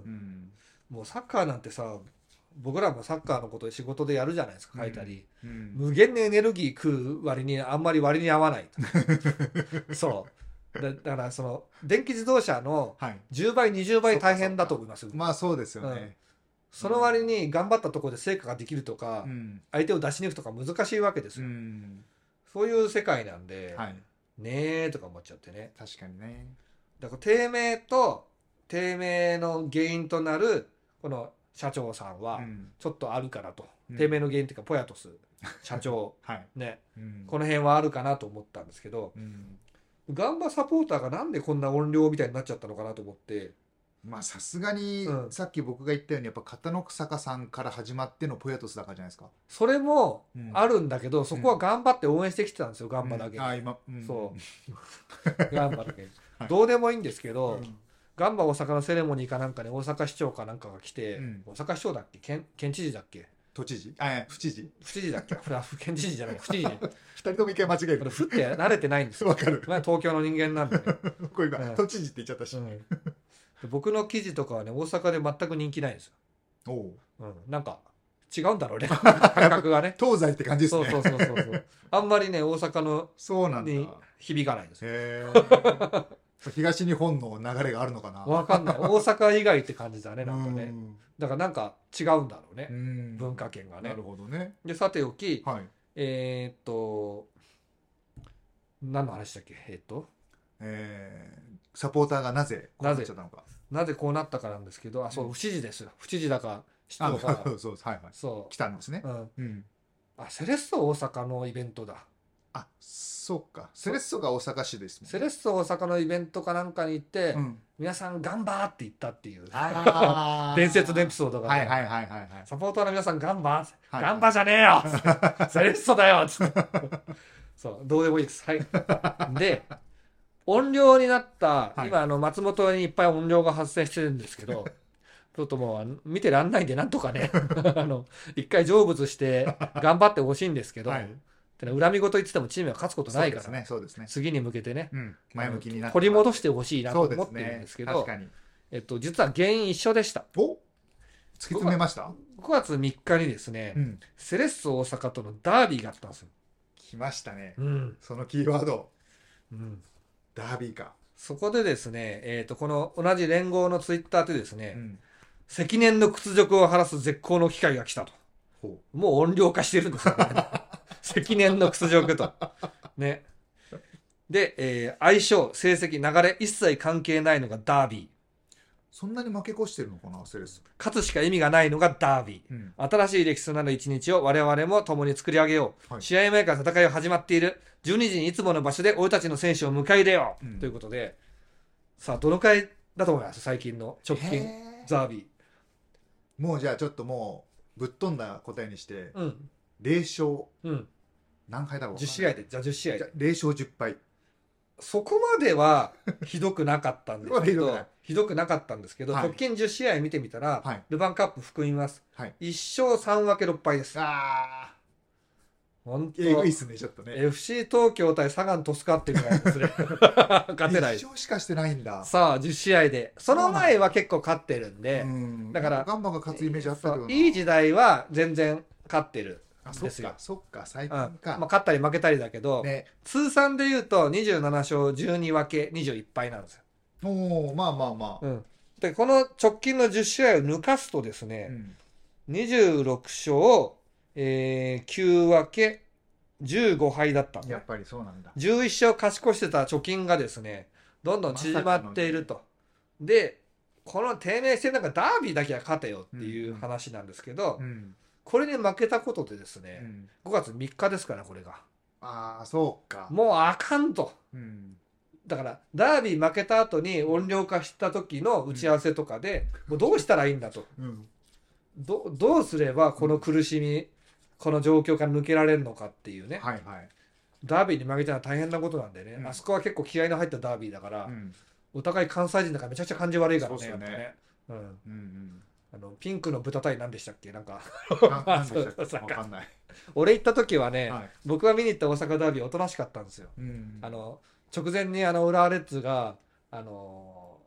もうサッカーなんてさ、僕らもサッカーのことで仕事でやるじゃないですか、書いたり、
うんうん、
無限にエネルギー食う割にあんまり割に合わないそうだ、だからその電気自動車のじゅうばいにじゅうばい大変だと思います。
まあそうですよね、うん、
その割に頑張ったところで成果ができるとか、うん、相手を出しに行くとか難しいわけですよ、うん、そういう世界なんで、はい、ねえとか思っちゃってね。
確かにね。
だから低迷と低迷の原因となるこの社長さんはちょっとあるからと、うん、低迷の原因っていうかポヤトス社長、はいねうん、この辺はあるかなと思ったんですけど、うん、ガンバサポーターがなんでこんな音量みたいになっちゃったのかなと思って。
まあさすがに、うん、さっき僕が言ったようにやっぱ片野坂さんから始まってのポヤトスだからじゃないですか。
それもあるんだけど、うん、そこは頑張って応援してきてたんですよ、ガンバだけ、うん、あ今、うん、そうガンバだけ、はい、どうでもいいんですけど、うん、ガンバ大阪のセレモニーかなんかに大阪市長かなんかが来て、うん、大阪市長だっけ 県, 県知事だっけ
都知事あ府知事
府知事だっけ県知事じゃない府知事ね
ふたりとも一回間違える。
これ府って慣れてないんですよ。
わかる。
東京の人間なんで、ね、
これ今、うん、都知事って言っちゃったし、うん
僕の記事とかはね大阪で全く人気ないんですよ。おう、うん、なんか違うんだろうね感覚がね
東西って感じですね。
そうそうそうそうあんまりね大阪の
そうなんだ
に響かないですよ。
へー東日本の流れがあるのかな
わかんない。大阪以外って感じだねなんかね。だからなんか違うんだろうね、うん文化圏がね。
なるほどね。
でさておき、はい、えー、っと何の話だっけえー、っと
えーサポーターがなぜこうなっちゃったのか。
なぜこうなったかなんですけど、あ、そう、府知事ですよ。府知事だか、市長が、
そうそう、はいはい。そう。来たんですね。うん
うん。あ、セレッソ大阪のイベントだ。
あ、そうか。セレッソが大阪市ですもんね。
セレッソ大阪のイベントかなんかに行って、うん、皆さん頑張って言ったっていう伝説のエピソードが、
はいはいはいはい、はい。
サポーターの皆さん頑張って、はい、頑張じゃねえよセレッソだよつってそう、どうでもいいです。はい。で、音量になった、はい、今あの松本にいっぱい音量が発生してるんですけどちょっともう見てらんないんでなんとかねあの一回成仏して頑張ってほしいんですけど、はい、恨み事言っててもチームは勝つことないから、ねそうですね、次に向けてね、うん、前向きになって取り戻してほしいなと思ってるんですけど、ね、確かに、えっと、実は原因一緒でした。
お突き詰めました。
ごがつみっかにですね、うん、セレッソ大阪とのダービーがあったんですよ。
来ましたね、うん、そのキーワード、うんダービーか。
そこでですね、えー、とこの同じ連合のツイッターでですね、うん、積年の屈辱を晴らす絶好の機会が来たと。もう音量化してるんですよね積年の屈辱とね。で、えー、相性成績流れ一切関係ないのがダービー。
そんなに負け越してるのかなセレッソ。
勝つしか意味がないのがダービー、うん、新しい歴史となる一日を我々も共に作り上げよう、はい、試合前から戦いが始まっているじゅうにじにいつもの場所で俺たちの選手を迎え入れよう、うん、ということで、さあどのくらいだと思います最近の直近ダービ
ー。もうじゃあちょっともうぶっ飛んだ答えにして、うん、れい勝、うん、何敗だろう。
じゅう試合で。じゃあじゅう試合で
れい勝じゅっ敗。
そこまではひどくなかったんですけどひどくなかったんですけど、はい、直近じゅう試合見てみたら、はい、ルヴァンカップ含みます、はい、いち勝さん分けろっ敗です。あ本当
いいっすねちょっとね。
エフシー 東京対サガン鳥栖かっていうぐらいですね勝てない。
いち勝しかしてないんだ。
さあじゅう試合でその前は結構勝ってるんで、うん、だから
ガンバが勝つイメージあったけどな。
いい時代は全然勝ってるですよ。
あそっかそっか最近か、うんま
あ、勝ったり負けたりだけど、ね、通算でいうとにじゅうなな勝じゅうに分けにじゅういち敗なんですよ。
おまあまあまあ、
うん、でこの直近のじゅう試合を抜かすとですね、うん、にじゅうろく勝、えー、きゅう分けじゅうご敗だったんで、
やっぱりそうなんだ。
じゅういち勝勝ち越してた貯金がですねどんどん縮まっていると、までこの低迷してなんかダービーだけは勝てよっていう話なんですけど、うんうんこれに負けたことでですね、うん、ごがつみっかですからこれが。
ああそうか。
もうあかんと、うん、だからダービー負けた後に音量化した時の打ち合わせとかで、うん、もうどうしたらいいんだと、うん、ど, どうすればこの苦しみ、うん、この状況から抜けられるのかっていうね、はいはい、ダービーに負けたのは大変なことなんでね、うん、あそこは結構気合いの入ったダービーだから、うん、お互い関西人だからめちゃくちゃ感じ悪いからね。そうですよね。やっぱね、うんうんうんあのピンクの豚対何でしたっけなんか
何でしたっけ分かんない。
俺行った時はね、はい、僕が見に行った大阪ダービーおとなしかったんですよ、うん、あの直前にあの浦和レッズがあの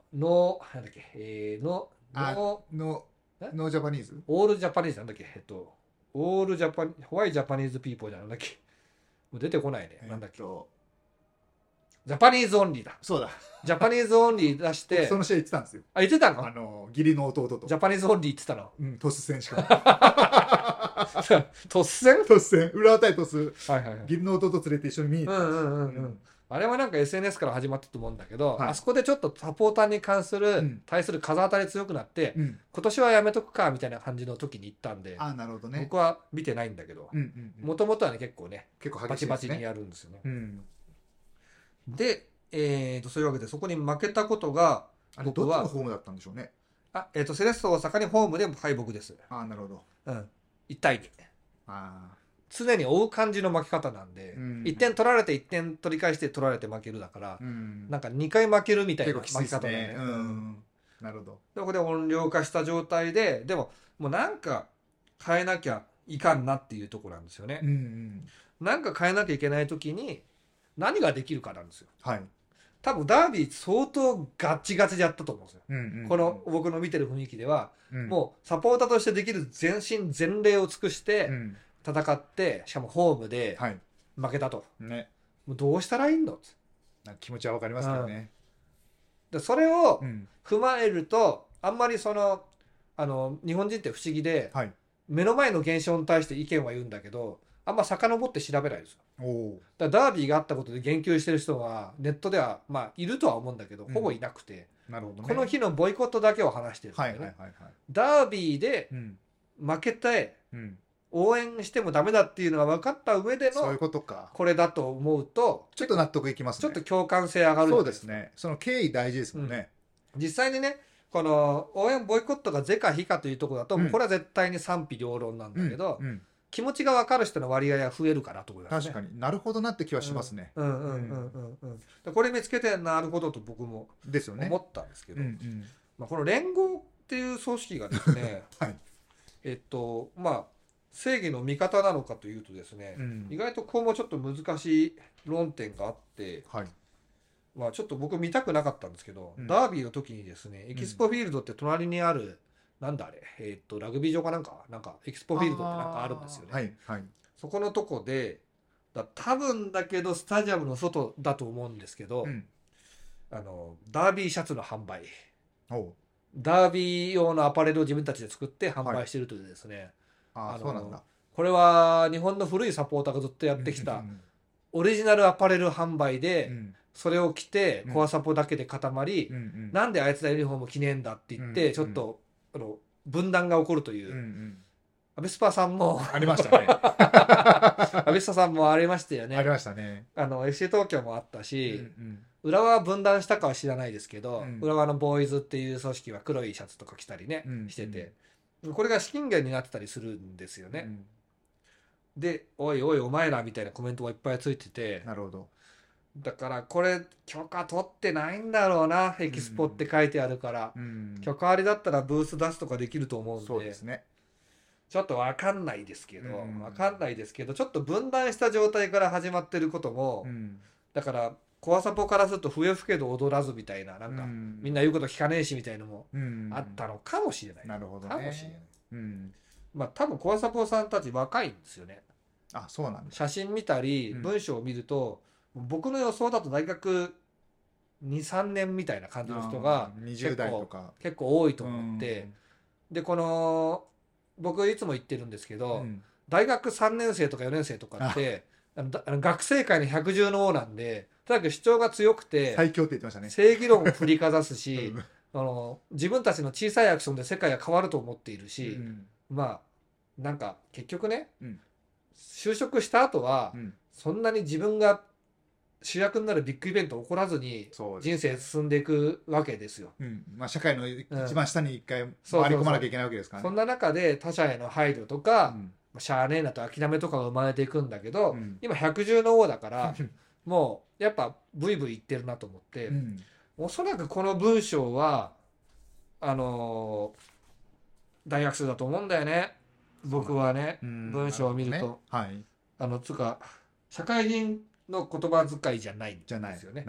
ノーなんだっけ、えー、ノ
あ
ノ
の
え
ノージャパニーズ
オールジャパニーズなんだっけ、えっとオールジャパニホワイジャパニーズピーポーじゃなんだっけ、もう出てこないね、なんだっけ、
えっと
ジャパニーズオンリーだ。
そうだ
ジャパニーズオンリー出して
僕その試合行ってたんですよ。
あ、言ってたの
あの義理の弟と
ジャパニーズオンリーって言ってた
うんトス戦しかも
の突然
トス戦浦和対トス
はいはいはい
義理の弟連れて一緒に見に行ったんですよ。
うんうんうんうん、
うん
あれはなんか エスエヌエス から始まったと思うんだけど、
はい
あそこでちょっとサポーターに関する、
うん
対する風当たり強くなって、
うん
今年はやめとくかみたいな感じの時に行ったんで、
あなるほどね。
僕は見てないんだけど
うんうんうん
もともとはね結構ね
結構
バチバチに
激しいですね。
やるんですよね。
うん
で、えー、とそういうわけでそこに負けたことが
あれどっち
僕は
のホームだったんでしょうね。
あ、えー、とセレッソ大阪にホームで敗北です。
あなるほど。
うんいちたいに
あ
常に追う感じの負け方なんで、
うん
いってん取られていってん取り返して取られて負けるだから、
うん
なんかにかい負けるみたい
結
な負
構きついです
け方だよね。
ね。うんなるほど。
そこで音量化した状態ででももうなんか変えなきゃいかんなっていうところなんですよね。
うんうん
なんか変えなきゃいけない時に何ができるかなんですよ。
はい。
多分ダービー相当ガチガチでやったと思うんですよ。
うんうん
この僕の見てる雰囲気では、
うん
もうサポーターとしてできる全身全霊を尽くして
うん
戦って、しかもホームで
はい
負けたと。
ね。
もうどうしたらいいの
なんか気持ちはわかりますけどね。
でそれを
うん
踏まえるとあんまりそのあの日本人って不思議で、
はい。
目の前の現象に対して意見は言うんだけどあんま遡って調べないですよ。
おお。
だからダービーがあったことで言及してる人はネットではまあいるとは思うんだけど
うん
ほぼいなくて、
なるほどね。
この日のボイコットだけを話してるんだよね。
はいはいはいはい。
ダービーで
うん
負けて
うん。
応援してもダメだっていうのが分かった上で
そういう
の
ことか。
これだと思うと
ちょっと納得いきますね。
ちょっと共感性上がるじゃ
そう
ない
ですね。その経緯大事ですもんね。
実際にねこの応援ボイコットが是か非かというところだと、
うん
もうこれは絶対に賛否両論なんだけど、
うんうん
気持ちが分かる人の割合は増えるかなと思いますね。
確かになるほどなって気はしますね。
うんうんうんうんうんでこれ見つけてなるほどと僕も
ですよね。
思ったんですけど、
うんうん
まあ、この連合っていう組織がですね
はい。
えっとまあ正義の味方なのかというとですね、
うん
意外とここもちょっと難しい論点があって、
はい。
まあ、ちょっと僕見たくなかったんですけど、
うん
ダービーの時にですねエキスポフィールドって隣にある、なんだあれ、えっとラグビー場かなんかなんかエキスポフィールドってなんかあるんですよね。
はいはい。
そこのとこでだ多分だけどスタジアムの外だと思うんですけど、
うん。
あのダービーシャツの販売
おう。
ダービー用のアパレルを自分たちで作って販売してるというですね、
ああ
あの
そうなんだ。
これは日本の古いサポーターがずっとやってきた
うん
オリジナルアパレル販売
う
で
ん
それを着て
うん
コアサポだけで固まり、
うんうん
なんであいつらユニフォーム着ねえんだって言っ
うん
てちょっとあの分断が起こるという、
うんうん
アベスパさんも
ありましたね。
アベスパさんもありましたよね。
ありましたね。
あの エフシー 東京もあった
うん
し、
うん
浦和は分断したかは知らないですけど、
うん
浦和のボーイズっていう組織は黒いシャツとか着たりね、
うん
しててこれが資金源になってたりするんですよね。
うん
でおいおいお前らみたいなコメントがいっぱいついてて、
なるほど。
だからこれ許可取ってないんだろうなエキスポって書いてあるから、
うん
許可ありだったらブース出すとかできると思うんで、
そうですね。
ちょっと分かんないですけど、
うん
分かんないですけどちょっと分断した状態から始まってることも、
うん
だからコアサポからすると笛吹けど踊らずみたいななんか、
うん
みんな言うこと聞かねえしみたいのも
うん
あったのかもしれない、
なるほど
かもしれない
ね。うん
まあ多分コアサポさんたち若いんですよね。
あそうなんです。
写真見たり
うん
文章を見ると、僕の予想だと大学にさんねんみたいな感じの人が
にじゅう代とか。
結構多いと思って、でこの僕いつも言ってるんですけ
う
ど、
ん
大学さんねん生とかよねん生とかってあのだあの学生界の百獣の王なんでとにかく主張が強くて
最強って言ってましたね。
正義論を振りかざすし
うん
あの自分たちの小さいアクションで世界が変わると思っているし、
うん
まあなんか結局ね、
うん
就職した後は、
うん
そんなに自分が主役になるビッグイベント起こらずに
そうです
人生進んでいくわけですよ。
うんまあ社会の一番下に一回
そうそうそう
回り込まなきゃいけないわけですからね。
そんな中で他者への配慮とか、
うん
しゃあねえなと諦めとかが生まれていくんだけど、
うん
今百獣の王だからもうやっぱブイブイ言ってるなと思って、
うん
おそらくこの文章はあのー大学生だと思うんだよね僕はね。
うん
文章を見ると
なほどねはい
あのつうか社会人の言葉遣いじゃないん
じゃない
ですよね。
なるほど。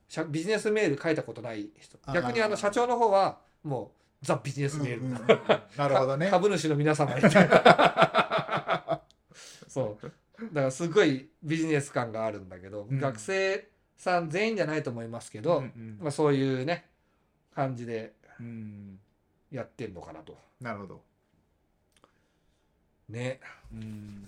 ビジネスメール書いたことない人、逆にあの社長の方はもうザ・ビジネスメール、うんうん、
なるほどね。
株主の皆様みたいなそうだからすごいビジネス感があるんだけど、うん、学生さん全員じゃないと思いますけど、うんうん、まあ、そういうね感じでやってるのかなと、
うん、なるほど
ね、うん、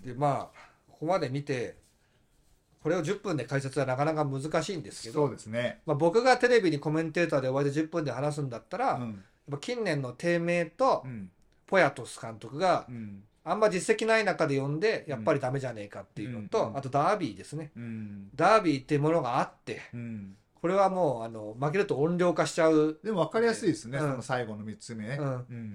でまあここまで見てこれをじゅっぷんで解説はなかなか難しいんですけど、
そうですね、
まあ、僕がテレビにコメンテーターでお会いでじゅっぷんで話すんだったら、うん、やっぱ近年の低迷と、うん、ポヤトス監督が、うん、あんま実績ない中で呼んでやっぱりダメじゃねえかっていうのと、うん、あとダービーですね、うん、ダービーっていうものがあって、うん、これはもうあの負けると音量化しちゃう。
でも分かりやすいですね、うん、その最後のみっつめね、うんうん、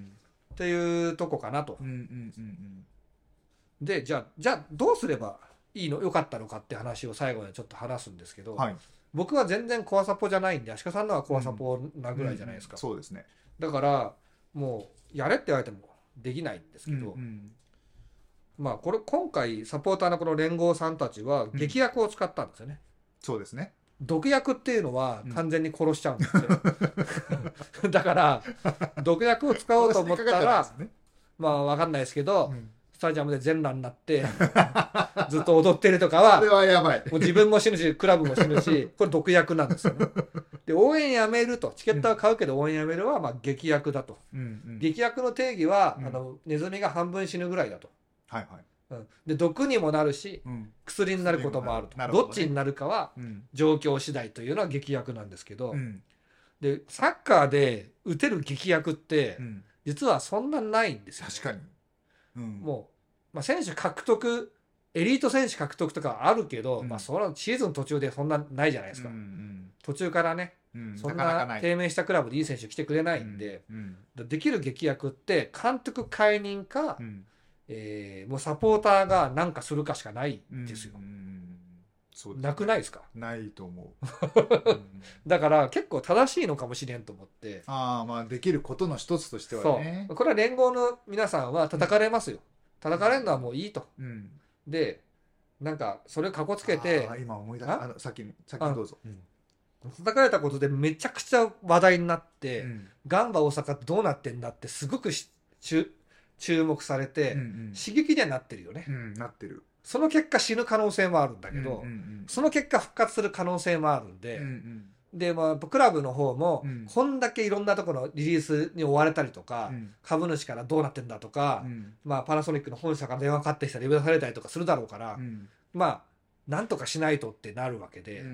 っていうとこかなと、うんうんうんうん、でじゃあじゃあどうすればいいの良かったのかって話を最後にちょっと話すんですけど、はい、僕は全然コアサポじゃないんで、足利さんのはコアサポなぐらいじゃないですか、
うんうんうん、そうですね。
だからもうやれって言われてもできないんですけど、うんうん、まあこれ今回サポーターのこの連合さんたちは劇薬を使ったんですよね、
うん、そうですね。
毒薬っていうのは完全に殺しちゃうんですよ、うん、だから毒薬を使おうと思ったらね、まあ分かんないですけど、うん、スタジアムで全裸になってずっと踊ってるとかは
これはやばい。
もう自分も死ぬしクラブも死ぬし、これ毒薬なんですよね。で応援やめると、チケットは買うけど応援やめるはまあ劇薬だと、うんうん、劇薬の定義は、うん、あのネズミが半分死ぬぐらいだと、はいはい、うん、で毒にもなるし、うん、薬になることもあると、ど, る、ね、どっちになるかは状況次第というのは劇薬なんですけど、うん、でサッカーで打てる劇薬って、うん、実はそんなないんですよ、ね、
確かに、
うん、もう、まあ、選手獲得エリート選手獲得とかあるけど、うん、まあ、そのシーズン途中でそんなないじゃないですか、うんうん、途中からね、うん、そんな低迷したクラブでいい選手来てくれないんで、うんうん、できる劇薬って監督解任か、うん、えー、もうサポーターが何かするかしかないんですよ、うんうん、そうですね、なくないですか？
ないと思う、
うん、だから結構正しいのかもしれんと思って、
あ、まあ、できることの一つとしてはね、
そうこれは連合の皆さんは叩かれますよ、うん、叩かれるのはもういいと、うん、でなんかそれをかこつけて、
あ今思い出した、あのさっきさっきどうぞ、うん、
叩かれたことでめちゃくちゃ話題になって、うん、ガンバ大阪ってどうなってんだってすごく注目されて、うんうん、刺激にはなってるよね、うん、
なってる。
その結果死ぬ可能性もあるんだけど、うんうんうん、その結果復活する可能性もあるんで、うんうん、でまあ、クラブの方も、うん、こんだけいろんなところのリリースに追われたりとか、うん、株主からどうなってんだとか、うん、まあ、パナソニックの本社から電話かかってきたら呼び出されたりとかするだろうから、うん、まあなんとかしないとってなるわけで、うんうん、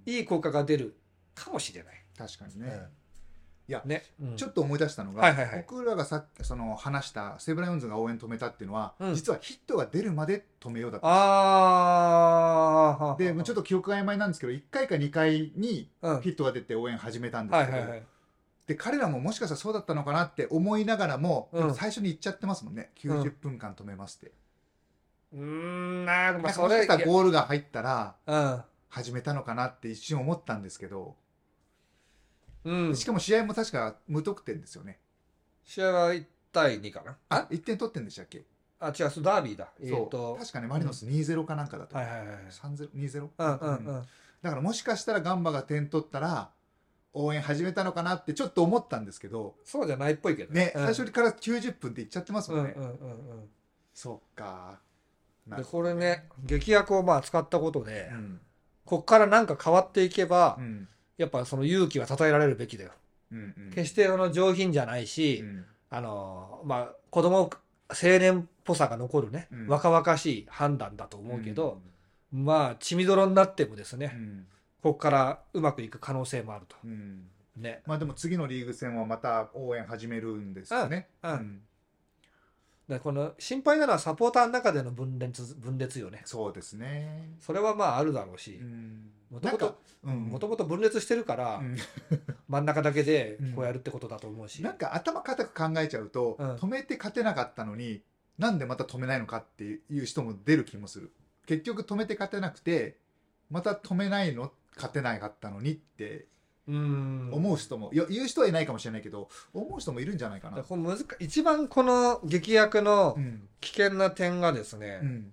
いい効果が出るかもしれない。
確かにね、うん、いや、ね、うん、ちょっと思い出したのが、はいはいはい、僕らがさっきその話した西武ライオンズが応援止めたっていうのは、うん、実はヒットが出るまで止めようだったんですよ。あでもうちょっと記憶が曖昧なんですけど、いっかいかにかいにヒットが出て応援始めたんですけど、はいはいはい、で彼らももしかしたらそうだったのかなって思いながらも、うん、最初に言っちゃってますもんね、きゅうじゅっぷんかん止めますって、
うーん、なるほど、
それもしかしたらゴールが入ったら始めたのかなって一瞬思ったんですけど、うん、しかも試合も確か無得点ですよね。
試合はいちたいにかな。
あ、いってん取ってんでしたっけ？
あ、違う、そうダービーだ。
そう、えー、と確かねマリノス にたいゼロ かなんかだと、うん、はいはいはい、さんたいゼロ、にたいゼロ、うんうんうん、だからもしかしたらガンバが点取ったら応援始めたのかなってちょっと思ったんですけど、
そうじゃないっぽいけど
ね、うん、最初からきゅうじゅっぷんって言っちゃってますもんね、うんうんうんうん、そうか。
でこれね、劇薬をまあ使ったことで、うん、こっからなんか変わっていけば、うん、やっぱその勇気は称えられるべきだよ、うんうん、決してあの上品じゃないし、うん、あのまあ子供青年っぽさが残るね、うん、若々しい判断だと思うけど、うん、まあ血みどろになってもですね、うん、ここからうまくいく可能性もあると、うん
ね、まあでも次のリーグ戦はまた応援始めるんですよね、うんうん、
だこの心配なのはサポーターの中での分裂、分裂よね。
そうですね、
それはまああるだろうし、もともともともと分裂してるから、うん、真ん中だけでこうやるってことだと思うし、
うん、なんか頭固く考えちゃうと、うん、止めて勝てなかったのになんでまた止めないのかっていう人も出る気もする。結局止めて勝てなくてまた止めないの勝てなかったのにって思う人も、言う人はいないかもしれないけど思う人もいるんじゃないかな。
こ難一番この劇薬の危険な点がですね、うん、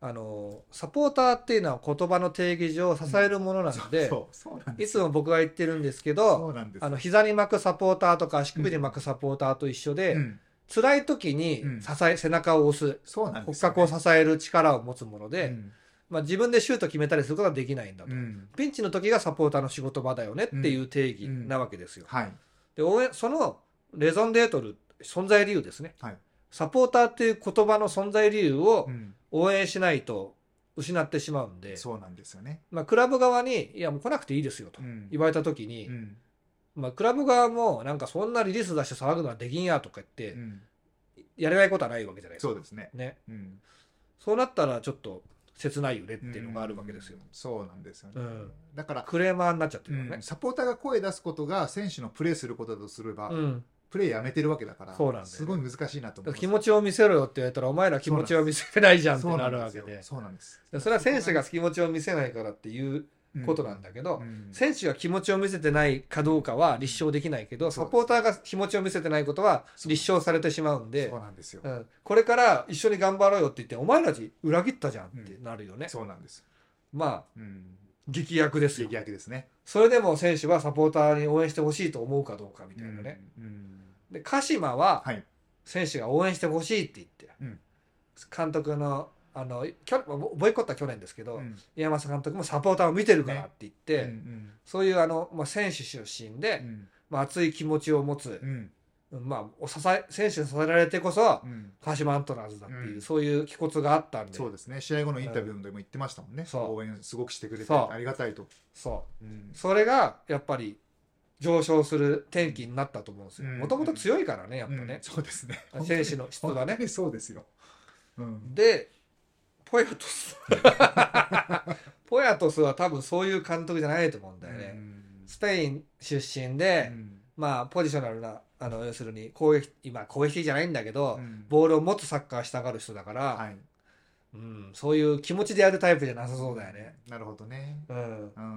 あのサポーターっていうのは言葉の定義上支えるものなので、いつも僕が言ってるんですけど、あの膝に巻くサポーターとか足首に巻くサポーターと一緒で、うん、辛い時に支え、うん、背中を押す、そうなんですよね、骨格を支える力を持つもので、うん、まあ、自分でシュート決めたりすることはできないんだと、うん、ピンチの時がサポーターの仕事場だよねっていう定義なわけですよ、うんうん、はい、で応援そのレゾンデートル存在理由ですね、はい、サポーターっていう言葉の存在理由を応援しないと失ってしまうんで、
そうなんですよね、
まあ、クラブ側にいやもう来なくていいですよと言われた時に、うん、まあ、クラブ側もなんかそんなリリース出して騒ぐのはできんやとか言って、うん、やれないことはないわけじゃないですか。
そうですね、
ね、
うん、
そうなったらちょっと切ないよねっていうのがあるわけですよ、うん、
そうなんですよね、うん、だから
クレーマーになっちゃってるからね、
うん、サポーターが声出すことが選手のプレーすることだとすれば、うん、プレーやめてるわけだから、そうなんだよね、すごい難しいなと思います。
気持ちを見せろよって言われたらお前ら気持ちを見せてないじゃんってなるわけで、
そうなんです。
それは選手が気持ちを見せないからっていうことなんだけど、うんうん、選手が気持ちを見せてないかどうかは立証できないけど、サポーターが気持ちを見せてないことは立証されてしまうんで、
そうなんですよ、
うん、これから一緒に頑張ろうよって言ってお前たち裏切ったじゃんってなるよね、
うん、そうなんです。
まあ、うん、劇薬ですよ。
劇薬ですね。
それでも選手はサポーターに応援してほしいと思うかどうかみたいなね、うんうん、で鹿島は選手が応援してほしいって言って、はい、監督のあのボイコットは去年ですけど、うん、岩政監督もサポーターを見てるからって言って、ね、うんうん、そういうあの、まあ、選手出身で、うん、まあ、熱い気持ちを持つ、うん、まあ、支え選手に支えられてこそ、うん、鹿島アントラーズだっていう、うん、そういう気骨があったんで、
そうですね、試合後のインタビューでも言ってましたもんね、うん、応援すごくしてくれてありがたいと、
そう、うん、それがやっぱり上昇する転機になったと思うんですよ。もともと強いからね、やっぱね、うん、
そうですね、
選手の質がね、
そうですよ、うん、
でポヤトスポヤトスは多分そういう監督じゃないと思うんだよね、うん、スペイン出身で、うん、まあポジショナルなあの要するに攻撃今攻撃的じゃないんだけど、うん、ボールを持つサッカーしたがる人だから、はい、うん、そういう気持ちでやるタイプじゃなさそうだよね、
うん、なるほどね、うん、うん、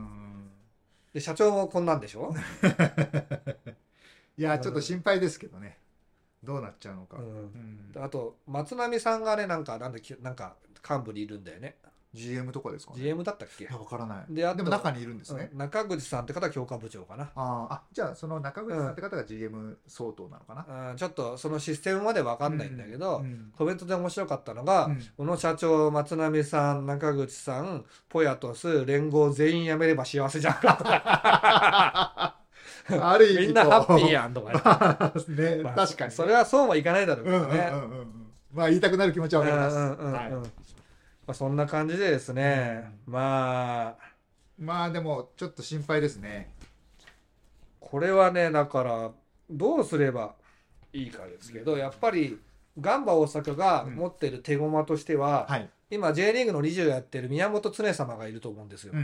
で社長もこんなんでしょ
いやちょっと心配ですけどね、どうなっちゃうのか、うん
うん、あと松波さんがねなんかなんだなんか幹部にいるんだよね。
ジーエム とかですかね。
ジーエム だったっけ。
分からない。
で、あと
でも中にいるんですね、
うん、中口さんって方は教科部長かな。
ああ、じゃあその中口さんって方が ジーエム 相当なのかな、
うん、ちょっとそのシステムまで分かんないんだけど、うんうん、コメントで面白かったのが、うん、この社長松波さん中口さんポヤトス連合全員辞めれば幸せじゃんかある意味みんなハッピーやんとか
ね、まあ、確かに
それはそうもいかないだろうけどね、
うんうんうんうん、まあ言いたくなる気持ちは分かります、うんうんうん、はい、
まあ、そんな感じでですね、うん、まあ
まあでもちょっと心配ですね。
これはねだからどうすればいいかですけど、やっぱりガンバ大阪が持ってる手駒としては、うんはい、今 J リーグの理事をやってる宮本常様がいると思うんですよ、うんうん、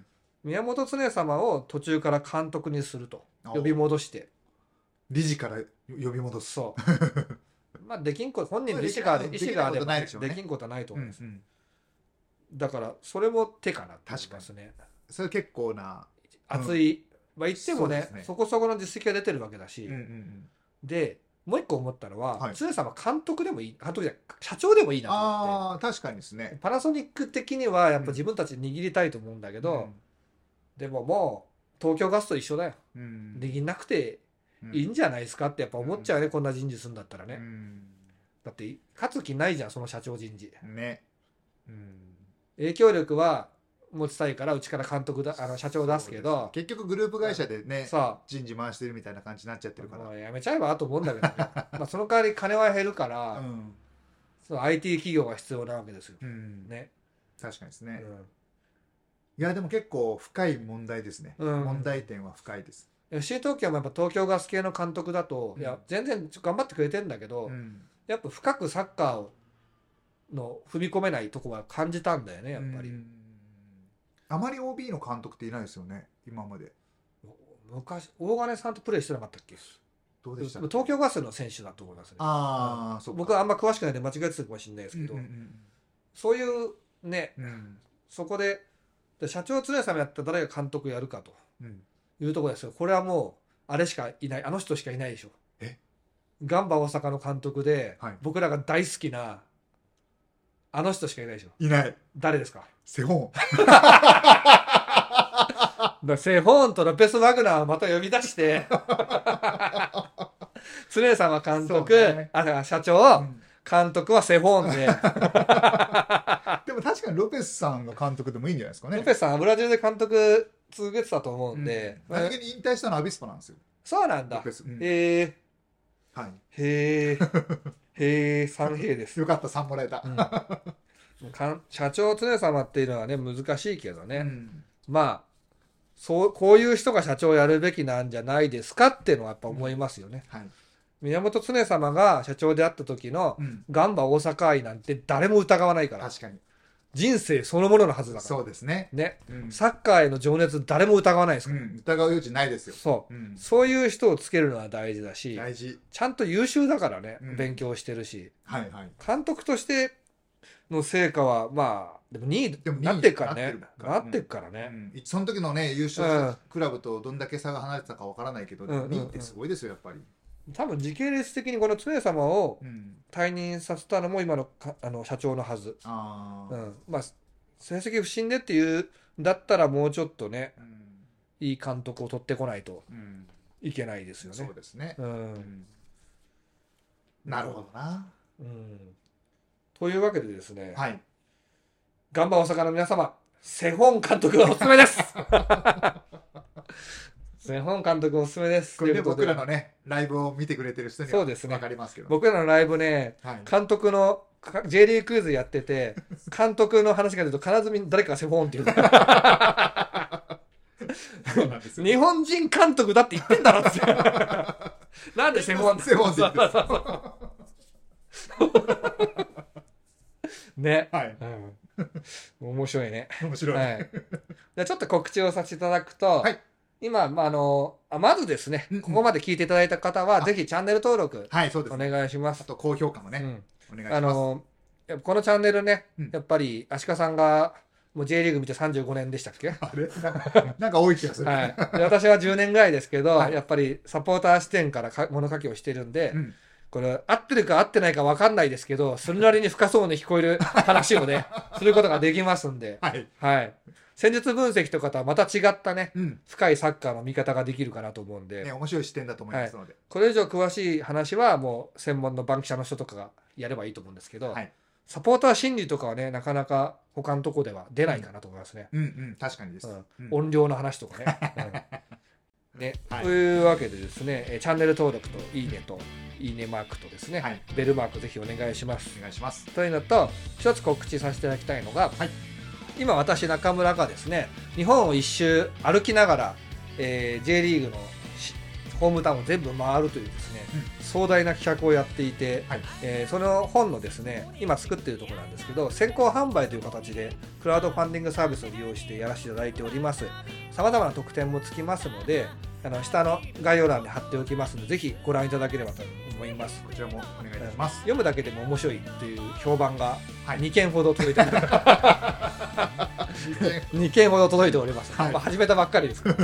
宮本常様を途中から監督にすると、呼び戻して
理事から呼び戻す。
そうまあできんこと本人の意思があればできんことはないと思います、うんうん、だからそれも手かなと思いますね。
それ結構な
熱い、うん、まあ言っても ね, そ, ねそこそこの実績が出てるわけだし、うんうんうん、でもう一個思ったのは、はい、常様監督でもいい、監督じゃない社長でもいいなと思って。
ああ確かにですね。
パナソニック的にはやっぱ自分たち握りたいと思うんだけど、うん、でももう東京ガスと一緒だよ、うん、握んなくていいんじゃないですかってやっぱ思っちゃうね、うん、こんな人事するんだったらね、うん、だって勝つ気ないじゃんその社長人事ね、うん、影響力は持ちたいからうちから監督だあの社長を出すけど
結局グループ会社でね人事回してるみたいな感じになっちゃってるから
やめちゃえばと思うんだけど、ねまあその代わり金は減るから、うん、その アイティー 企業が必要なわけですよ、うんね、
確かにですね、うん、いやでも結構深い問題ですね、うん、問題点は深いです。
エフシー 東京もやっぱ東京ガス系の監督だと、うん、いや全然頑張ってくれてるんだけど、うん、やっぱ深くサッカーをの踏み込めないとこは感じたんだよねやっぱり、うん、
あまり オービー の監督っていないですよね今まで。
昔大金さんとプレーしてなかったっけ。
どうでしたっけ。
東京ガスの選手だと思いますね。
ああ、そうか。
僕はあんま詳しくないんで間違えてたかもしれないですけど、うんうんうん、そういうね、うん、そこで社長常さんやったら誰が監督やるかというところですよ。これはもうあれしかいない、あの人しかいないでしょ。えガンバ大阪の監督で、はい、僕らが大好きなあの人しかいないでしょ。
いない。
誰ですか？
セホ
だセホーンとロペス・ワグナーをまた呼び出して常様監督、ね、あ社長、うん、監督はセホーンで
でも確かにロペスさんが監督でもいいんじゃないですかね。
ロペスさんはブラジルで監督続けてたと思うんで、
うん、何気に引退したのはアビスパなんですよ。
そうなんだ。へ、うん、えー、はい、へえへえ三平です。
よかったさんもらえた、
うん、か社長常様っていうのはね難しいけどね、うん、まあそうこういう人が社長をやるべきなんじゃないですかっていうのはやっぱ思いますよね、うん、はい、宮本常様が社長であった時のガンバ大阪愛なんて誰も疑わないから。
確かに
人生そのもののはずだから。
そうですね。
ね、うん、サッカーへの情熱誰も疑わないですから、うん、
疑う余地ないですよ。
そう、うん、そういう人をつけるのは大事だし、
大事。ち
ゃんと優秀だからね、うん、勉強してるし、
はいはい、
監督としての成果はまあでもにいになってっからね、なってっからね、
うんうん、その時のね優勝したクラブとどんだけ差が離れてたかわからないけど、うん、にいってすごいですよやっぱり。
多分時系列的にこの常様を退任させたのも今のかあの社長のはず。あ、うん、まあ成績不振でっていうだったらもうちょっとね、うん、いい監督を取ってこないといけないですよね、
うん、そうですね、
うんうん、
なるほどな、
うん、というわけでですね、
はい、
ガンバ大阪の皆様セホン監督がおすすめですセホン監督おすすめです。
これね僕らのねライブを見てくれてる人には分かりますけど、
ね、僕らのライブね、はい、監督のJ リーグクイズやってて監督の話が出ると必ず誰かがセフォンって言うそうなんですよ。日本人監督だって言ってんだろってなんでセフォン
セフォンって言って
ね、
はい、
うん、面白いね。
面白い、
はい、じゃあちょっと告知をさせていただくと、
はい、
今、まあ、あのあまずですね、うんうん、ここまで聞いていただいた方はぜひチャンネル登録、
はい、そうです、
お願いします。
あと高評価もね、うん、お願いします。あの
このチャンネルね、うん、やっぱり足利さんがもう J リーグ見てさんじゅうごねんでしたっけ？
あれなんか、なんか多い気がする、
はい、で私はじゅうねんぐらいですけど、はい、やっぱりサポーター視点からか物書きをしてるんで、うん、これ合ってるか合ってないか分かんないですけどそれなりに深そうに聞こえる話をねすることができますんで、
はい
はい、戦術分析とかとはまた違ったね、うん、深いサッカーの見方ができるかなと思うんで、
ね、面白い視点だと思いますので、はい、
これ以上詳しい話はもう専門の番記者の人とかがやればいいと思うんですけど、はい、サポーター心理とかはねなかなか他のとこでは出ないかなと思いますね。
うんうん、うん、確かにです、うん
うん、音量の話とかね、うんね、はい、というわけでですねチャンネル登録といいねといいねマークとですね、はい、ベルマークぜひお願いします。
お願いします。
というのと一つ告知させていただきたいのが、はい、今私中村がですね日本を一周歩きながら、えー、J リーグのホームタウンを全部回るというですね、うん、壮大な企画をやっていて、はい、えー、その本のですね今作っているところなんですけど先行販売という形でクラウドファンディングサービスを利用してやらせていただいております。さまざまな特典もつきますのであの下の概要欄に貼っておきますのでぜひご覧いただければと思います。
こちらもお願いいたします。
読むだけでも面白いという評判がにけんほど届いて、はい、にけんほど届いております、はい、まあ、始めたばっかりですから、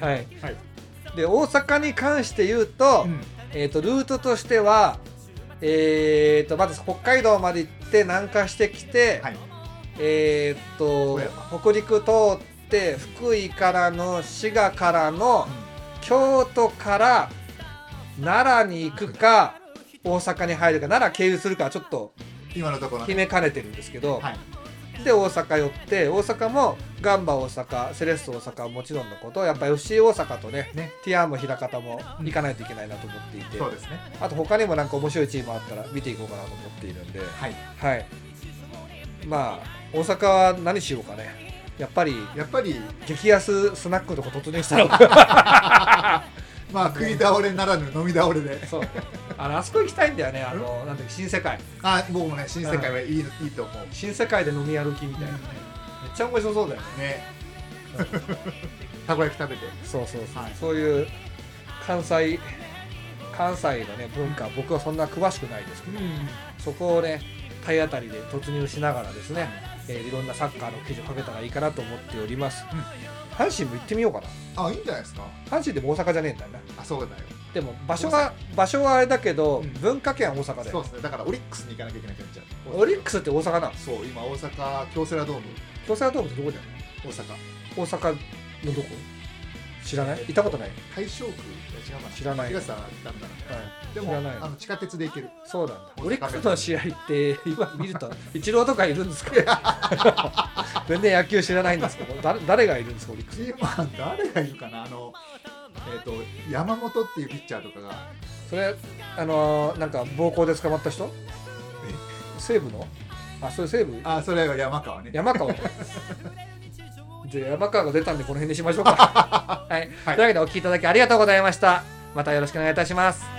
はいはい、で大阪に関して言うと、うん、えーとルートとしては、えーとまず北海道まで行って南下してきて、はい、えーと北陸通って福井からの滋賀からの、うん京都から奈良に行くか大阪に入るか奈良経由するかちょっと決めかねてるんですけど、はい、で大阪寄って大阪もガンバ大阪セレッソ大阪はもちろんのことやっぱ エフシー 大阪とね、ねティアーム枚方も行かないといけないなと思っていて、
そうですね、
あと他にもなんか面白いチームあったら見ていこうかなと思っているんで、はいはい、まあ大阪は何しようかね。やっぱり
やっぱり
激安スナックとか突入したら
まあ食い倒れならぬ飲み倒れで
そうあのあそこ行きたいんだよね。あのなんだっけ新世界。
あ僕もね新世界はいい、うん、いいと思う。
新世界で飲み歩きみたいなね、うん、めっちゃ面白そうだよね。ね
たこ焼き食べて
そうそうそう、はい、そういう関西関西のね文化僕はそんな詳しくないですけど、うん、そこをね体当たりで突入しながらですね、えー、いろんなサッカーの記事を書けたらいいかなと思っております、うん、阪神も行ってみようかな。
あ、いいんじゃないですか。
阪神でも大阪じゃねえんだよな。
あ、そうだよ。
でも場所が場所はあれだけど、うん、文化圏は大阪で。
そうですね。だからオリックスに行かなきゃいけなくなっちゃう。
オリックスって大阪なの？
そう、今大阪京セラドーム。
京セラドームってどこだよ？
大阪。
大阪のどこ？知らない？行ったことない？
大正区。違うかな。
知らない。
東さんダメだな。はい。でもあの地下鉄で行ける。
そうなんだ。オリックスの試合って今見るとイチローとかいるんですか？全然野球知らないんですけど、誰誰がいるんですかオリックス？
今誰がいるかな。あのえっと山本っていうピッチャーとかが。
それあのー、なんか暴行で捕まった人？え？西武の？あ、それ西武？
あ、それは山川ね。
山川。じゃあ山川が出たんでこの辺にしましょうか。はい。はい、というわけでお聞きいただきありがとうございました。またよろしくお願いいたします。